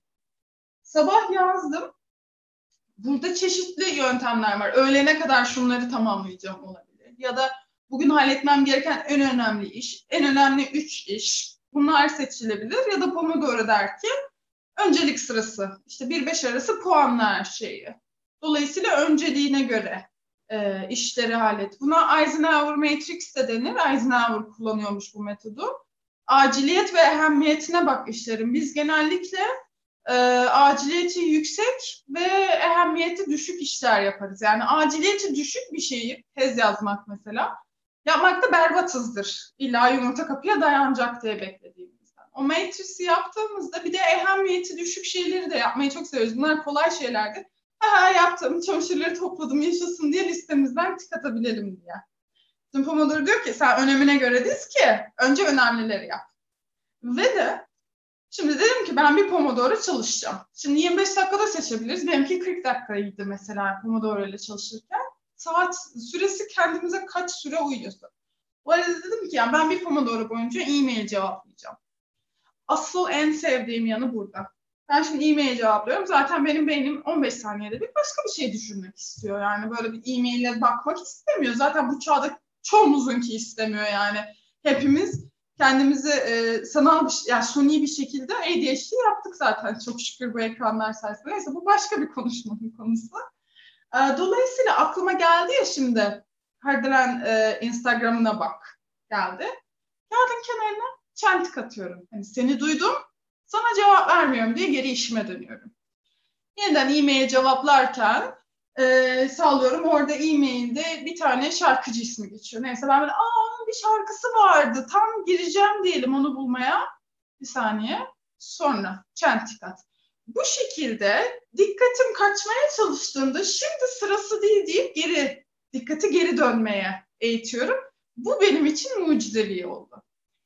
Sabah yazdım. Burada çeşitli yöntemler var. Öğlene kadar şunları tamamlayacağım olabilir. Ya da bugün halletmem gereken en önemli iş, en önemli üç iş. Bunlar seçilebilir. Ya da Pomodoro der ki öncelik sırası. İşte bir beş arası puanla her şeyi. Dolayısıyla önceliğine göre e, işleri hallet. Buna Eisenhower Matrix de denir. Eisenhower kullanıyormuş bu metodu. Aciliyet ve ehemmiyetine bak işlerin. Biz genellikle e, aciliyeti yüksek ve ehemmiyeti düşük işler yaparız. Yani aciliyeti düşük bir şeyi, tez yazmak mesela, yapmakta berbatızdır. İlla yumurta kapıya dayanacak diye beklediğimizden. O matrix'i yaptığımızda bir de ehemmiyeti düşük şeyleri de yapmayı çok seviyoruz. Bunlar kolay şeylerdir. Ha yaptım, çamaşırları topladım, yaşasın diye listemizden tık atabilelim diye. Şimdi Pomodoro diyor ki sen önemine göre diz ki önce önemlileri yap. Ve de şimdi dedim ki ben bir Pomodoro çalışacağım. Şimdi yirmi beş dakikada seçebiliriz. Benimki kırk dakikaydı mesela Pomodoro ile çalışırken. Saat süresi kendimize kaç süre uyuyorsa. Bu arada dedim ki yani ben bir Pomodoro boyunca e-mail cevaplayacağım. Asıl en sevdiğim yanı burada. Ben şimdi e-mail cevaplıyorum. Zaten benim beynim on beş saniyede bir başka bir şey düşünmek istiyor. Yani böyle bir e-maile bakmak istemiyor. Zaten bu çağda çoğumuzunki istemiyor yani. Hepimiz kendimizi e, sanal bir, yani suni bir şekilde A D H D yaptık zaten çok şükür bu ekranlar sayesinde. Neyse bu başka bir konuşmanın konusu. E, dolayısıyla aklıma geldi ya şimdi Kardelen e, Instagram'ına bak geldi. Kağıdın kenarına çentik atıyorum. Hani seni duydum, sana cevap vermiyorum diye geri işime dönüyorum. Yeniden e-mail cevaplarken e, sallıyorum orada e-mailde bir tane şarkıcı ismi geçiyor. Neyse ben böyle aa bir şarkısı vardı tam gireceğim diyelim onu bulmaya. Bir saniye sonra çentik at. Bu şekilde dikkatim kaçmaya çalıştığında şimdi sırası değil deyip geri dikkati geri dönmeye eğitiyorum. Bu benim için mucizevi oldu.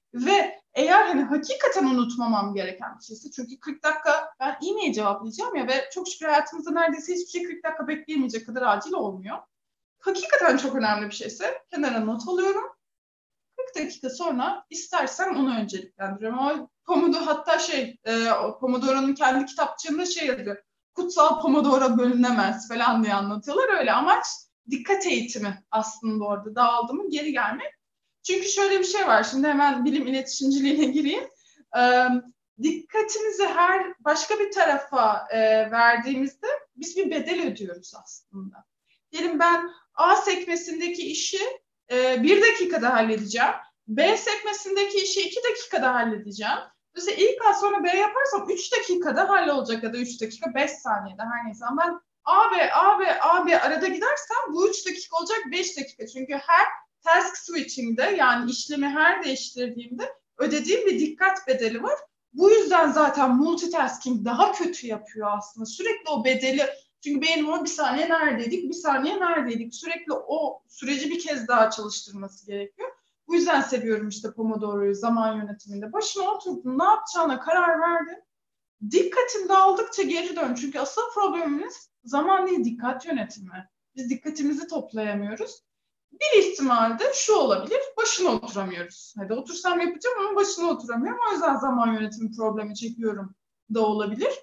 Ve eğer hani hakikaten unutmamam gereken bir şeyse çünkü kırk dakika ben e-mail cevaplayacağım ya ve çok şükür hayatımızda neredeyse hiçbir şey kırk dakika bekleyemeyecek kadar acil olmuyor. Hakikaten çok önemli bir şeyse kenara not alıyorum. kırk dakika sonra istersem onu önceliklendiriyorum. Ama Pomodoro hatta şey e, Pomodoro'nun kendi kitapçığında şey yazıyor. Kutsal Pomodoro bölünemez falan diye anlatıyorlar. Öyle amaç dikkat eğitimi aslında orada dağıldı mı geri gelmek. Çünkü şöyle bir şey var. Şimdi hemen bilim iletişimciliğine gireyim. Ee, dikkatimizi her başka bir tarafa e, verdiğimizde biz bir bedel ödüyoruz aslında. Diyelim ben A sekmesindeki işi e, bir dakikada halledeceğim. B sekmesindeki işi iki dakikada halledeceğim. Mesela ilk A sonra B yaparsam üç dakikada hallolacak ya da üç dakika beş saniyede her neyse. Ama ben A, B, A, B, A, B arada gidersem bu üç dakika olacak beş dakika. Çünkü her task switching'de yani işlemi her değiştirdiğimde ödediğim bir dikkat bedeli var. Bu yüzden zaten multitasking daha kötü yapıyor aslında. Sürekli o bedeli, çünkü benim o bir saniye neredeydik, bir saniye neredeydik. Sürekli o süreci bir kez daha çalıştırması gerekiyor. Bu yüzden seviyorum işte Pomodoro'yu zaman yönetiminde. Başına oturdun, ne yapacağına karar verdin. Dikkatin dağıldıkça geri dön. Çünkü asıl problemimiz zaman değil, dikkat yönetimi. Biz dikkatimizi toplayamıyoruz. Bir ihtimal de şu olabilir, başına oturamıyoruz. Hadi otursam yapacağım ama başına oturamıyorum. O yüzden zaman yönetimi problemi çekiyorum da olabilir.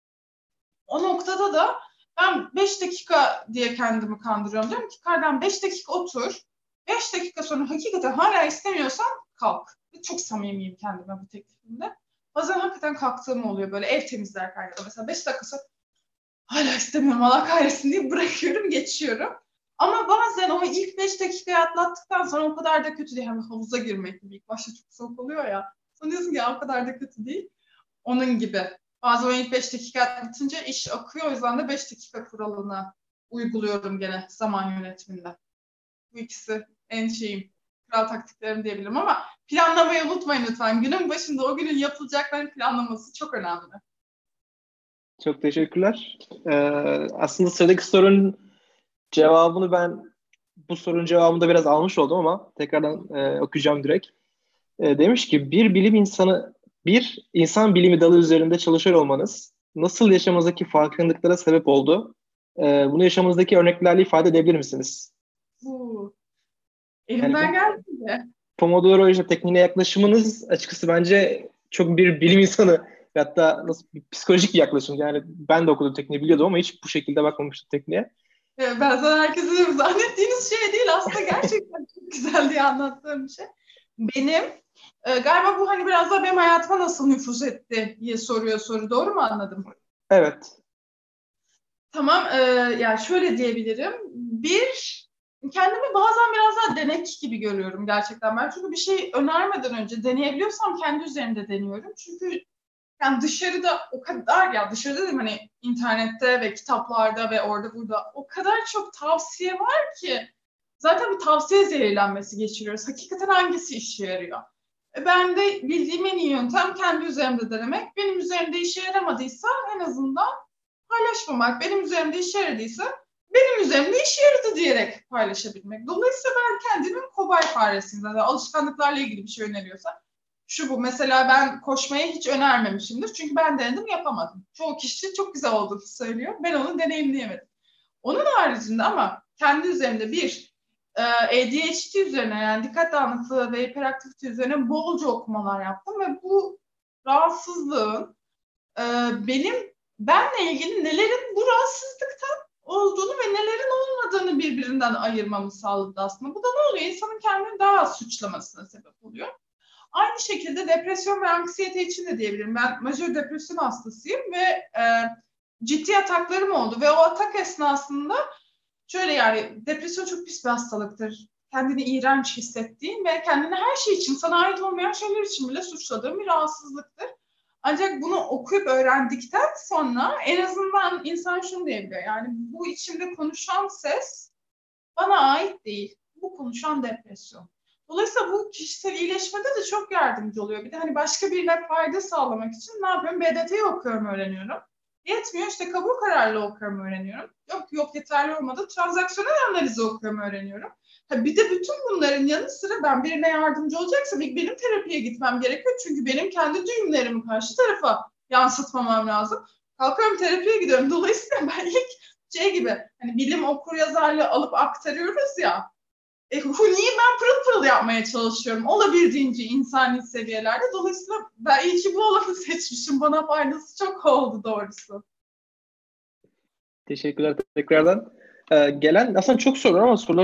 O noktada da ben beş dakika diye kendimi kandırıyorum. Diyorum ki kardeşim beş dakika otur. beş dakika sonra hakikaten hala istemiyorsan kalk. Çok samimiyim kendime bu teklifimde. Bazen hakikaten kalktığım oluyor böyle ev temizlerken ya da mesela beş dakika sonra hala istemiyorum Allah kahretsin diye bırakıyorum, geçiyorum. Ama bazen o ilk beş dakikayı atlattıktan sonra o kadar da kötü değil. Hem havuza girmek gibi ilk başta çok soğuk oluyor ya. Sonra diyorsun ki ya o kadar da kötü değil. Onun gibi. Bazen o ilk beş dakika atlatınca iş akıyor. O yüzden de beş dakika kuralını uyguluyorum gene zaman yönetiminde. Bu ikisi en şeyim, kral taktiklerim diyebilirim ama planlamayı unutmayın lütfen. Günün başında o günün yapılacakların planlaması çok önemli.
Çok teşekkürler. Ee, aslında sıradaki sorunun cevabını ben bu sorunun cevabını da biraz almış oldum ama tekrardan e, okuyacağım direkt. E, demiş ki bir bilim insanı, bir insan bilimi dalı üzerinde çalışıyor olmanız nasıl yaşamınızdaki farkındalıklara sebep oldu? E, bunu yaşamınızdaki örneklerle ifade edebilir misiniz?
Bu
Yani
elimden
bu
geldi.
Pomodoro işte tekniğine yaklaşımınız açıkçası bence çok bir bilim insanı hatta nasıl bir psikolojik bir yaklaşım. Yani ben de okudum tekniği biliyordum ama hiç bu şekilde bakmamıştım tekniğe.
Ben sana herkesin zannettiğiniz şey değil. Aslında gerçekten çok güzel diye anlattığım bir şey. Benim e, galiba bu hani biraz da benim hayatıma nasıl nüfuz etti diye soruyor soru. Doğru mu anladım?
Evet.
Tamam. E, yani şöyle diyebilirim. Bir, kendimi bazen biraz daha denek gibi görüyorum gerçekten. Ben çünkü bir şey önermeden önce deneyebiliyorsam kendi üzerimde deniyorum. Çünkü yani dışarıda o kadar ya dışarıda dedim hani internette ve kitaplarda ve orada burada o kadar çok tavsiye var ki zaten bir tavsiye zehirlenmesi geçiriyoruz. Hakikaten hangisi işe yarıyor? E ben de bildiğim en iyi yöntem kendi üzerimde denemek. Benim üzerimde işe yaramadıysa en azından paylaşmamak. Benim üzerimde işe yaradıysa benim üzerimde işe yaradı diyerek paylaşabilmek. Dolayısıyla ben kendimin kobay faresiyim. Yani alışkanlıklarla ilgili bir şey öneriyorsa şu bu. Mesela ben koşmayı hiç önermemişimdir. Çünkü ben denedim yapamadım. Çoğu kişi çok güzel olduğunu söylüyor. Ben onu deneyimleyemedim. Onun haricinde ama kendi üzerimde bir e, A D H D üzerine yani dikkat dağınıklığı ve hiperaktivite üzerine bolca okumalar yaptım ve bu rahatsızlığın e, benim benle ilgili nelerin bu rahatsızlıktan olduğunu ve nelerin olmadığını birbirinden ayırmamı sağladı aslında. Bu da ne oluyor? İnsanın kendini daha az suçlamasına sebep oluyor. Aynı şekilde depresyon ve anksiyete için de diyebilirim. Ben majör depresyon hastasıyım ve e, ciddi ataklarım oldu. Ve o atak esnasında şöyle yani depresyon çok pis bir hastalıktır. Kendini iğrenç hissettiğin ve kendini her şey için, sana ait olmayan şeyler için bile suçladığın bir rahatsızlıktır. Ancak bunu okuyup öğrendikten sonra en azından insan şunu diyebiliyor. Yani bu içimde konuşan ses bana ait değil. Bu konuşan depresyon. Dolayısıyla bu kişisel iyileşmede de çok yardımcı oluyor. Bir de hani başka birine fayda sağlamak için ne yapıyorum? B D T'yi okuyorum, öğreniyorum. Yetmiyor işte kabul kararlı okuyorum, öğreniyorum. Yok yok yeterli olmadı. Transaksiyonel analizi okuyorum, öğreniyorum. Ha, bir de bütün bunların yanı sıra ben birine yardımcı olacaksam ilk benim terapiye gitmem gerekiyor. Çünkü benim kendi düğümlerimi karşı tarafa yansıtmamam lazım. Kalkıyorum terapiye gidiyorum. Dolayısıyla ben ilk şey gibi hani bilim okur yazarlığı alıp aktarıyoruz ya. E, Huni'yi ben pırıl pırıl yapmaya çalışıyorum. Olabildiğince insani seviyelerde. Dolayısıyla ben iyi ki bu olanı seçmişim. Bana faydası çok oldu doğrusu.
Teşekkürler tekrardan. Ee, gelen aslında çok soru var ama soruların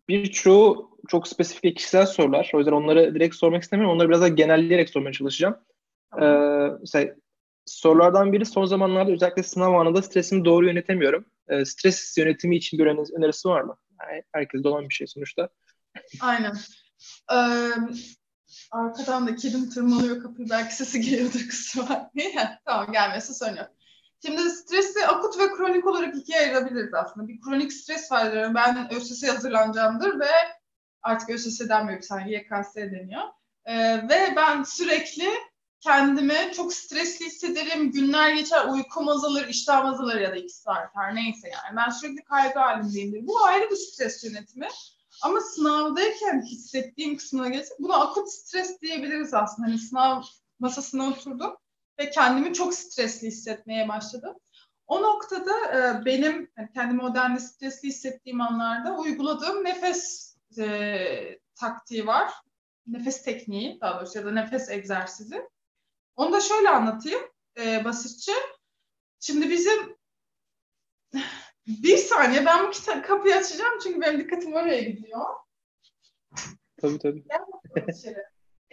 birçoğu çok spesifik ve kişisel sorular. O yüzden onları direkt sormak istemiyorum. Onları biraz daha genelleyerek sormaya çalışacağım.
Tamam.
Ee, mesela sorulardan biri, son zamanlarda özellikle sınav anında stresimi doğru yönetemiyorum. Ee, stres yönetimi için bir önerisi, önerisi var mı? Yani herkeste olan bir şey sonuçta.
Aynen. Ee, arkadan da kedim tırmalıyor kapıyı. Belki sesi geliyordur, kusura bakmayın. Tamam, gelmesi söylüyorum. Şimdi stresi akut ve kronik olarak ikiye ayırabiliriz aslında. Bir kronik stres var. Ben ÖSS'ye hazırlanacağımdır ve artık ÖSS denmiyor, bir saniye Y K S deniyor. Ee, ve ben sürekli kendimi çok stresli hissederim. Günler geçer, uykum azalır, iştahım azalır ya da ikisi artar. Neyse yani. Ben sürekli kaygı halindeyimdir. Bu ayrı bir stres yönetimi. Ama sınavdayken hissettiğim kısmına gelsek buna akut stres diyebiliriz aslında. Hani sınav masasına oturdum ve kendimi çok stresli hissetmeye başladım. O noktada e, benim yani kendimi o denli stresli hissettiğim anlarda uyguladığım nefes e, taktiği var. Nefes tekniği daha doğrusu ya da nefes egzersizi. Onu da şöyle anlatayım e, basitçe. Şimdi bizim bir saniye, ben bu kitap, kapıyı açacağım çünkü benim dikkatim oraya gidiyor.
Tabii tabii.
Gel bakalım içeri.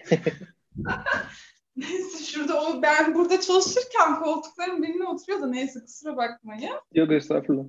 Neyse, şurada o, ben burada çalışırken koltukların birine oturuyor da neyse, kusura bakmayın.
Yok, estağfurullah.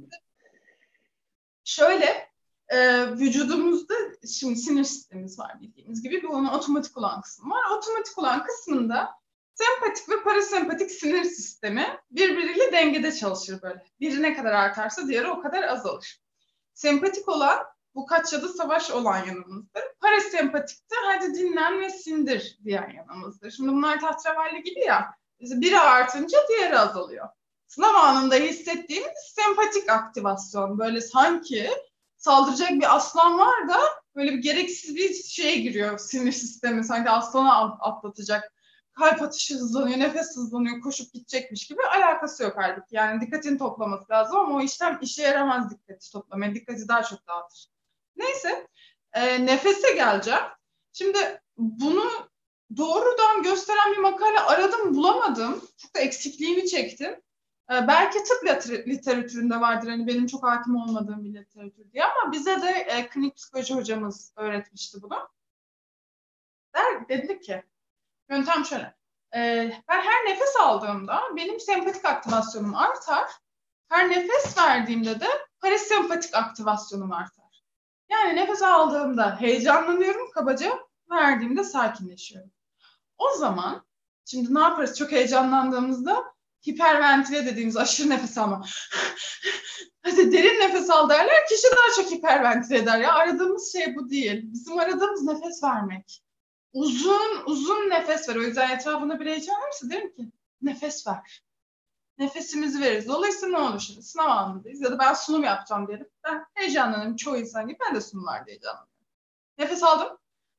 Şöyle e, vücudumuzda şimdi sinir sistemimiz var bildiğimiz gibi. Bir onun otomatik olan kısmı var. Otomatik olan kısmında sempatik ve parasempatik sinir sistemi birbiriyle dengede çalışır böyle. Biri ne kadar artarsa diğeri o kadar azalır. Sempatik olan bu kaç ya da savaş olan yanımızdır. Parasempatik de hadi dinlen ve sindir diğer yanımızdır. Şimdi bunlar tahterevalli gibi ya. Biri artınca diğeri azalıyor. Sınav anında hissettiğimiz sempatik aktivasyon. Böyle sanki saldıracak bir aslan var da böyle bir gereksiz bir şeye giriyor sinir sistemi. Sanki aslanı atlatacak. Kalp atışı hızlanıyor, nefes hızlanıyor, koşup gidecekmiş gibi, alakası yok halbuki. Yani dikkatini toplaması lazım ama o işlem işe yaramaz dikkati toplamaya. Dikkati daha çok dağıtır. Neyse, e, nefese geleceğim. Şimdi bunu doğrudan gösteren bir makale aradım, bulamadım. Çok da eksikliğini çektim. E, belki tıp literatüründe vardır, hani benim çok hakim olmadığım bir literatür diye, ama bize de e, klinik psikoloji hocamız öğretmişti bunu. Der, dedi ki, yöntem şöyle. Ee, ben her nefes aldığımda benim sempatik aktivasyonum artar. Her nefes verdiğimde de parasempatik aktivasyonum artar. Yani nefes aldığımda heyecanlanıyorum kabaca, verdiğimde sakinleşiyorum. O zaman şimdi ne yaparız çok heyecanlandığımızda? Hiperventile dediğimiz aşırı nefes alma. Hadi derin nefes al derler. Kişi daha çok hiperventile eder. Ya aradığımız şey bu değil. Bizim aradığımız nefes vermek. Uzun uzun nefes ver. O yüzden etrafında bir heyecan varsa derim ki nefes ver. Nefesimizi veririz. Dolayısıyla ne olur şimdi? Sınav anındayız ya da ben sunum yapacağım derim. Ben heyecanlanırım çoğu insan gibi. Ben de sunumlarda heyecanlanıyorum. Nefes aldım.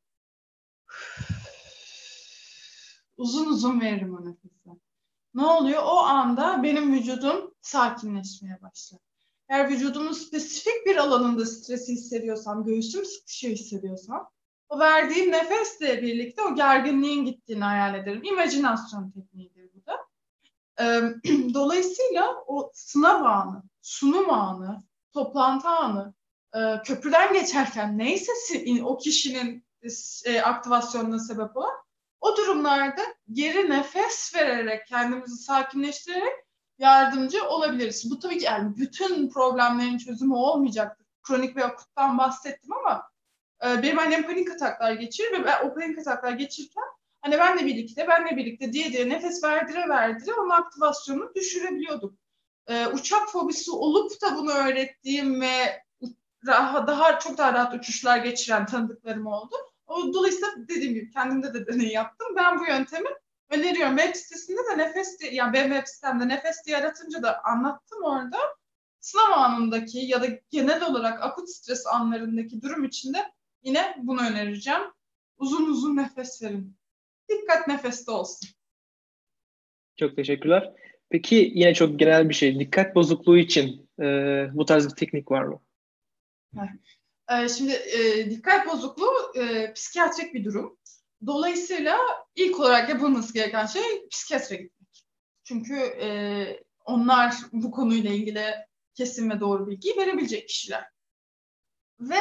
Uzun uzun veririm o nefesi. Ne oluyor? O anda benim vücudum sakinleşmeye başlar. Eğer vücudumun spesifik bir alanında stresi hissediyorsam, göğsüm sıkışıyor hissediyorsam, o verdiğim nefesle birlikte o gerginliğin gittiğini hayal ederim. İmajinasyon tekniğidir bu da. Dolayısıyla o sınav anı, sunum anı, toplantı anı, köprüden geçerken neyse o kişinin aktivasyonuna sebep olan, o durumlarda geri nefes vererek, kendimizi sakinleştirerek yardımcı olabiliriz. Bu tabii ki yani bütün problemlerin çözümü olmayacaktır. Kronik ve akuttan bahsettim ama e, benim annem panik ataklar geçirir ve ben o panik ataklar geçirirken hani benle birlikte, benle birlikte diye diye nefes verdire verdire onun aktivasyonunu düşürebiliyorduk. E, uçak fobisi olup da bunu öğrettiğim ve daha, daha çok daha rahat uçuşlar geçiren tanıdıklarım oldu. O, dolayısıyla dediğim gibi kendimde de deney yaptım. Ben bu yöntemi öneriyorum. Web sitesinde de nefes diye, yani benim web sitemde nefes diye aratınca da anlattım orada. Sınav anındaki ya da genel olarak akut stres anlarındaki durum içinde yine bunu önereceğim. Uzun uzun nefes verin. Dikkat nefeste olsun.
Çok teşekkürler. Peki yine çok genel bir şey. Dikkat bozukluğu için e, bu tarz bir teknik var mı?
Evet. Şimdi e, dikkat bozukluğu e, psikiyatrik bir durum. Dolayısıyla ilk olarak yapılması gereken şey psikiyatre gitmek. Çünkü e, onlar bu konuyla ilgili kesin ve doğru bilgiyi verebilecek kişiler. Ve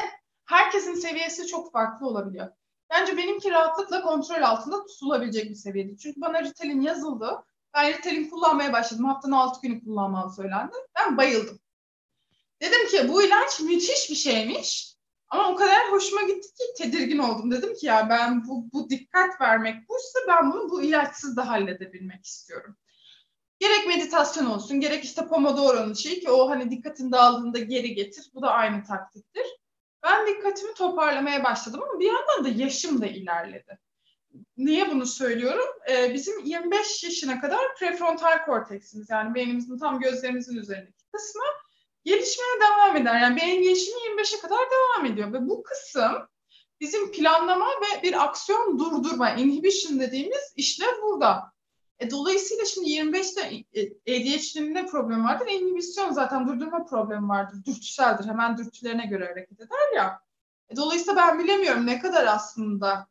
herkesin seviyesi çok farklı olabiliyor. Bence benimki rahatlıkla kontrol altında tutulabilecek bir seviyede. Çünkü bana Ritalin yazıldı. Ben Ritalin kullanmaya başladım. Haftanın altı günü kullanmam söylendi. Ben bayıldım. Dedim ki bu ilaç müthiş bir şeymiş. Ama o kadar hoşuma gitti ki tedirgin oldum. Dedim ki ya ben bu, bu dikkat vermek buysa ben bunu bu ilaçsız da halledebilmek istiyorum. Gerek meditasyon olsun, gerek işte Pomodoro'nun şeyi ki o hani dikkatin dağıldığında geri getir. Bu da aynı taktiktir. Ben dikkatimi toparlamaya başladım ama bir yandan da yaşım da ilerledi. Niye bunu söylüyorum? Ee, bizim yirmi beş yaşına kadar prefrontal korteksimiz yani beynimizin tam gözlerimizin üzerindeki kısmı gelişmeye devam eder. Yani beyin gelişimi yirmi beşe kadar devam ediyor ve bu kısım bizim planlama ve bir aksiyon durdurma, inhibition dediğimiz işlev burada. E, dolayısıyla şimdi yirmi beşte A D H D'nin ne problemi vardır? İnhibisyon zaten durdurma problemi vardır. Dürtüseldir. Hemen dürtülerine göre hareket eder ya. E, dolayısıyla ben bilemiyorum ne kadar aslında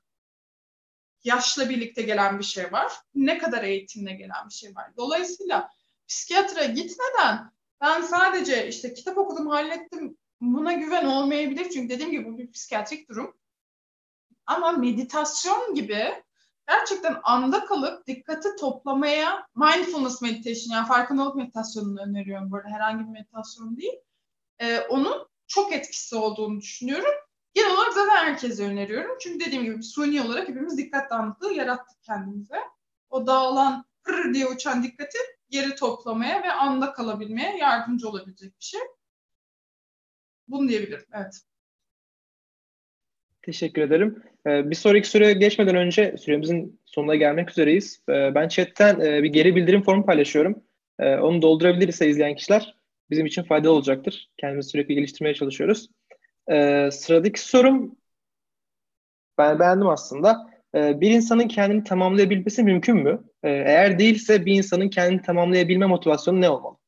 yaşla birlikte gelen bir şey var. Ne kadar eğitimle gelen bir şey var. Dolayısıyla psikiyatra gitmeden ben sadece işte kitap okudum, hallettim. Buna güven olmayabilir. Çünkü dediğim gibi bu bir psikiyatrik durum. Ama meditasyon gibi gerçekten anda kalıp dikkati toplamaya mindfulness meditation yani farkındalık meditasyonunu öneriyorum. Burada herhangi bir meditasyon değil. Ee, onun çok etkisi olduğunu düşünüyorum. Genel olarak zaten herkese öneriyorum. Çünkü dediğim gibi suni olarak hepimiz dikkat dağınıklığı yarattık kendimize. O dağılan pırr diye uçan dikkati geri toplamaya ve anda kalabilmeye yardımcı olabilecek bir şey. Bunu diyebilirim. Evet.
Teşekkür ederim. Ee, bir sonraki soruya geçmeden önce süremizin sonuna gelmek üzereyiz. Ee, ben chatten e, bir geri bildirim formu paylaşıyorum. Ee, onu doldurabilirse izleyen kişiler bizim için faydalı olacaktır. Kendimizi sürekli geliştirmeye çalışıyoruz. Ee, sıradaki sorum ben beğendim aslında. Ee, bir insanın kendini tamamlayabilmesi mümkün mü? Ee, eğer değilse bir insanın kendini tamamlayabilme motivasyonu ne olmalı?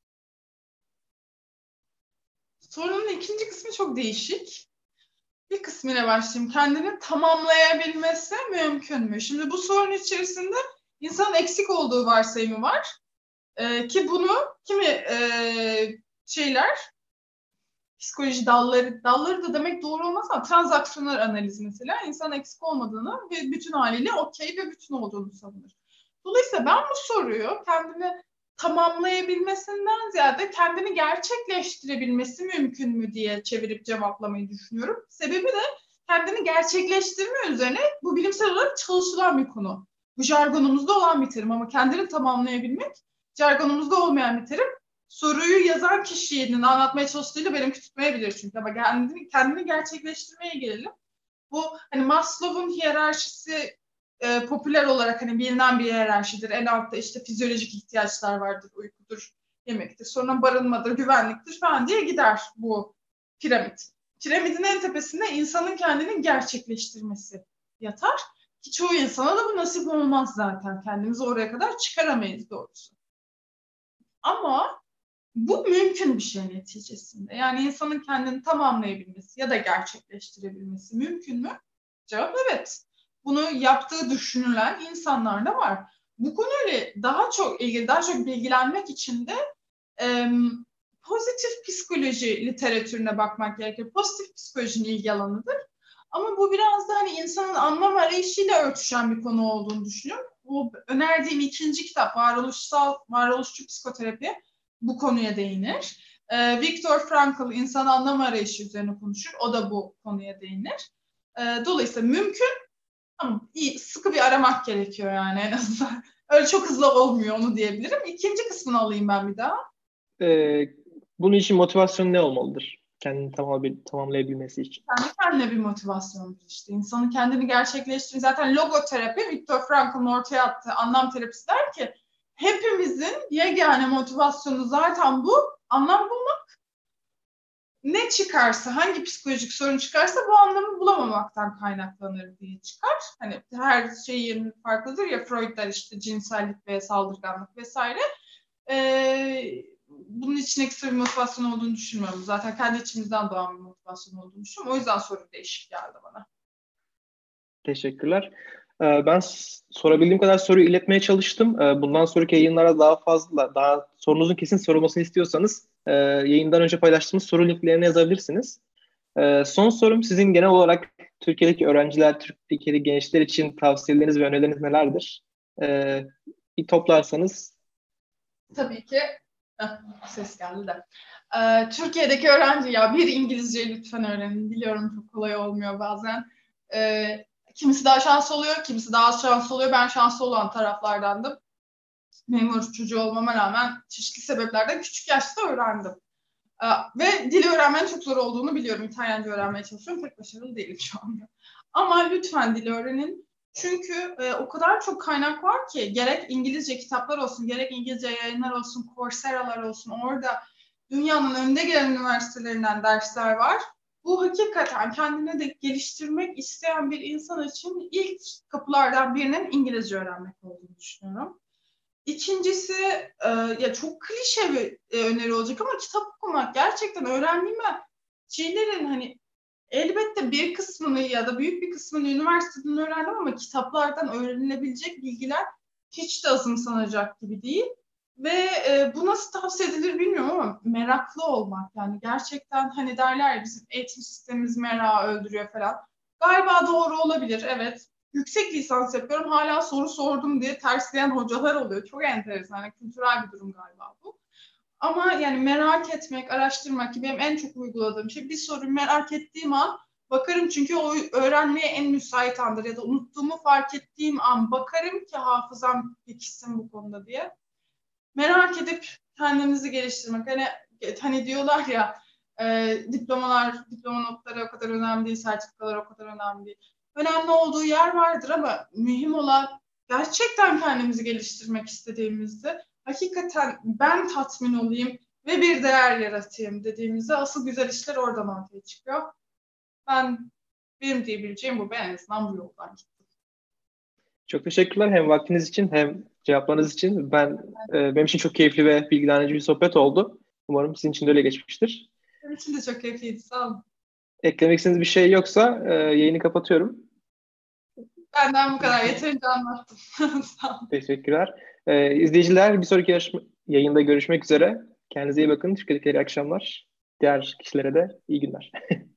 Sorunun ikinci kısmı çok değişik. Bir kısmına başlayayım. Kendini tamamlayabilmesi mümkün mü? Şimdi bu sorun içerisinde insanın eksik olduğu varsayımı var. Ee, ki bunu kimi e, şeyler psikoloji dalları, dalları da demek doğru olmaz ama transaksiyonel analiz mesela insan eksik olmadığını ve bütün haliyle okey ve bütün olduğunu savunur. Dolayısıyla ben bu soruyu kendini tamamlayabilmesinden ziyade kendini gerçekleştirebilmesi mümkün mü diye çevirip cevaplamayı düşünüyorum. Sebebi de kendini gerçekleştirme üzerine bu bilimsel olarak çalışılan bir konu. Bu jargonumuzda olan bir terim ama kendini tamamlayabilmek jargonumuzda olmayan bir terim. Soruyu yazan kişinin anlatmaya çalıştığıyla benimki tutmayabilir çünkü ama kendini, kendini gerçekleştirmeye gelelim. Bu hani Maslow'un hiyerarşisi e, popüler olarak hani bilinen bir hiyerarşidir. En altta işte fizyolojik ihtiyaçlar vardır, uykudur, yemektir, sonra barınmadır, güvenliktir falan diye gider bu piramit. Piramidin en tepesinde insanın kendini gerçekleştirmesi yatar. Ki çoğu insana da bu nasip olmaz zaten. Kendimizi oraya kadar çıkaramayız doğrusu. Ama bu mümkün bir şey neticesinde. Yani insanın kendini tamamlayabilmesi ya da gerçekleştirebilmesi mümkün mü? Cevap evet. Bunu yaptığı düşünülen insanlar da var. Bu konuyla daha çok ilgili, daha çok bilgilenmek için de e, pozitif psikoloji literatürüne bakmak gerekir. Pozitif psikolojinin ilgi alanıdır. Ama bu biraz da hani insanın anlam arayışıyla örtüşen bir konu olduğunu düşünüyorum. Bu önerdiğim ikinci kitap, varoluşsal, varoluşçu psikoterapi bu konuya değinir. Ee, Viktor Frankl insan anlam arayışı üzerine konuşur. O da bu konuya değinir. Ee, dolayısıyla mümkün ama iyi, sıkı bir aramak gerekiyor yani en azından. Öyle çok hızlı olmuyor onu diyebilirim. İkinci kısmını alayım ben bir daha.
Ee, bunun için motivasyon ne olmalıdır? Kendini tamamlayabilmesi için.
Kendi kendine bir motivasyondur işte. İnsanın kendini gerçekleştirdiği zaten logoterapi, Viktor Frankl'ın ortaya attığı anlam terapisi der ki hepimizin yegane motivasyonu zaten bu, anlam bulmak. Ne çıkarsa, hangi psikolojik sorun çıkarsa bu anlamı bulamamaktan kaynaklanır diye çıkar. Hani her şeyin farklıdır ya, Freud der işte cinsellik ve saldırganlık vesaire. Ee, bunun için ekstra bir motivasyon olduğunu düşünmüyorum. Zaten kendi içimizden doğan bir motivasyon olduğunu düşünüyorum. O yüzden soru değişik geldi bana.
Teşekkürler. Ben sorabildiğim kadar soruyu iletmeye çalıştım. Bundan sonraki yayınlara daha fazla, daha sorunuzun kesin sorulmasını istiyorsanız yayından önce paylaştığımız soru linklerini yazabilirsiniz. Ee, son sorum sizin genel olarak Türkiye'deki öğrenciler, Türkiye'deki gençler için tavsiyeleriniz ve önerileriniz nelerdir? Ee, bir toplarsanız.
Tabii ki. Heh, ses geldi de. Ee, Türkiye'deki öğrenci ya bir İngilizceyi lütfen öğrenin. Biliyorum çok kolay olmuyor bazen. Ee, kimisi daha şanslı oluyor, kimisi daha az şanslı oluyor. Ben şanslı olan taraflardandım. Memur çocuğu olmama rağmen çeşitli sebeplerden küçük yaşta öğrendim. Ee, ve dili öğrenmenin çok zor olduğunu biliyorum. İtalyanca öğrenmeye çalışıyorum. Pek başarılı değilim şu anda. Ama lütfen dili öğrenin. Çünkü e, o kadar çok kaynak var ki gerek İngilizce kitaplar olsun, gerek İngilizce yayınlar olsun, Coursera'lar olsun. Orada dünyanın önde gelen üniversitelerinden dersler var. Bu hakikaten kendini de geliştirmek isteyen bir insan için ilk kapılardan birinin İngilizce öğrenmek olduğunu düşünüyorum. İkincisi e, ya çok klişe bir e, öneri olacak ama kitap okumak gerçekten öğrendiğime şeylerin hani elbette bir kısmını ya da büyük bir kısmını üniversiteden öğrendim ama kitaplardan öğrenilebilecek bilgiler hiç de azımsanacak gibi değil. Ve e, bu nasıl tavsiye edilir bilmiyorum ama meraklı olmak yani gerçekten hani derler ya bizim eğitim sistemimiz merakı öldürüyor falan. Galiba doğru olabilir evet. Yüksek lisans yapıyorum hala soru sordum diye tersleyen hocalar oluyor. Çok enteresan, yani kültürel bir durum galiba bu. Ama yani merak etmek, araştırmak ki benim en çok uyguladığım şey. Bir soruyu merak ettiğim an bakarım çünkü o öğrenmeye en müsait andır ya da unuttuğumu fark ettiğim an bakarım ki hafızam pekişsin bu konuda diye. Merak edip kendimizi geliştirmek. Hani hani diyorlar ya e, diplomalar, diploma notları o kadar önemli değil, sertifikalar o kadar önemli değil. Önemli olduğu yer vardır ama mühim olan gerçekten kendimizi geliştirmek istediğimizde hakikaten ben tatmin olayım ve bir değer yaratayım dediğimizde asıl güzel işler oradan ortaya çıkıyor. Ben benim diyebileceğim bu. Ben en azından bu yoldan gittim.
Çok teşekkürler hem vaktiniz için hem cevaplarınız için. Ben e, benim için çok keyifli ve bilgilendirici bir sohbet oldu. Umarım sizin için de öyle geçmiştir.
Benim için de çok keyifliydi. Sağ olun.
Eklemek istediğiniz bir şey yoksa e, yayını kapatıyorum.
Benden bu kadar. Yeterince anlattım. Sağ olun.
Teşekkürler. E, izleyiciler bir sonraki yarışma, yayında görüşmek üzere. Kendinize iyi bakın. Türkiye'deki iyi akşamlar. Diğer kişilere de iyi günler.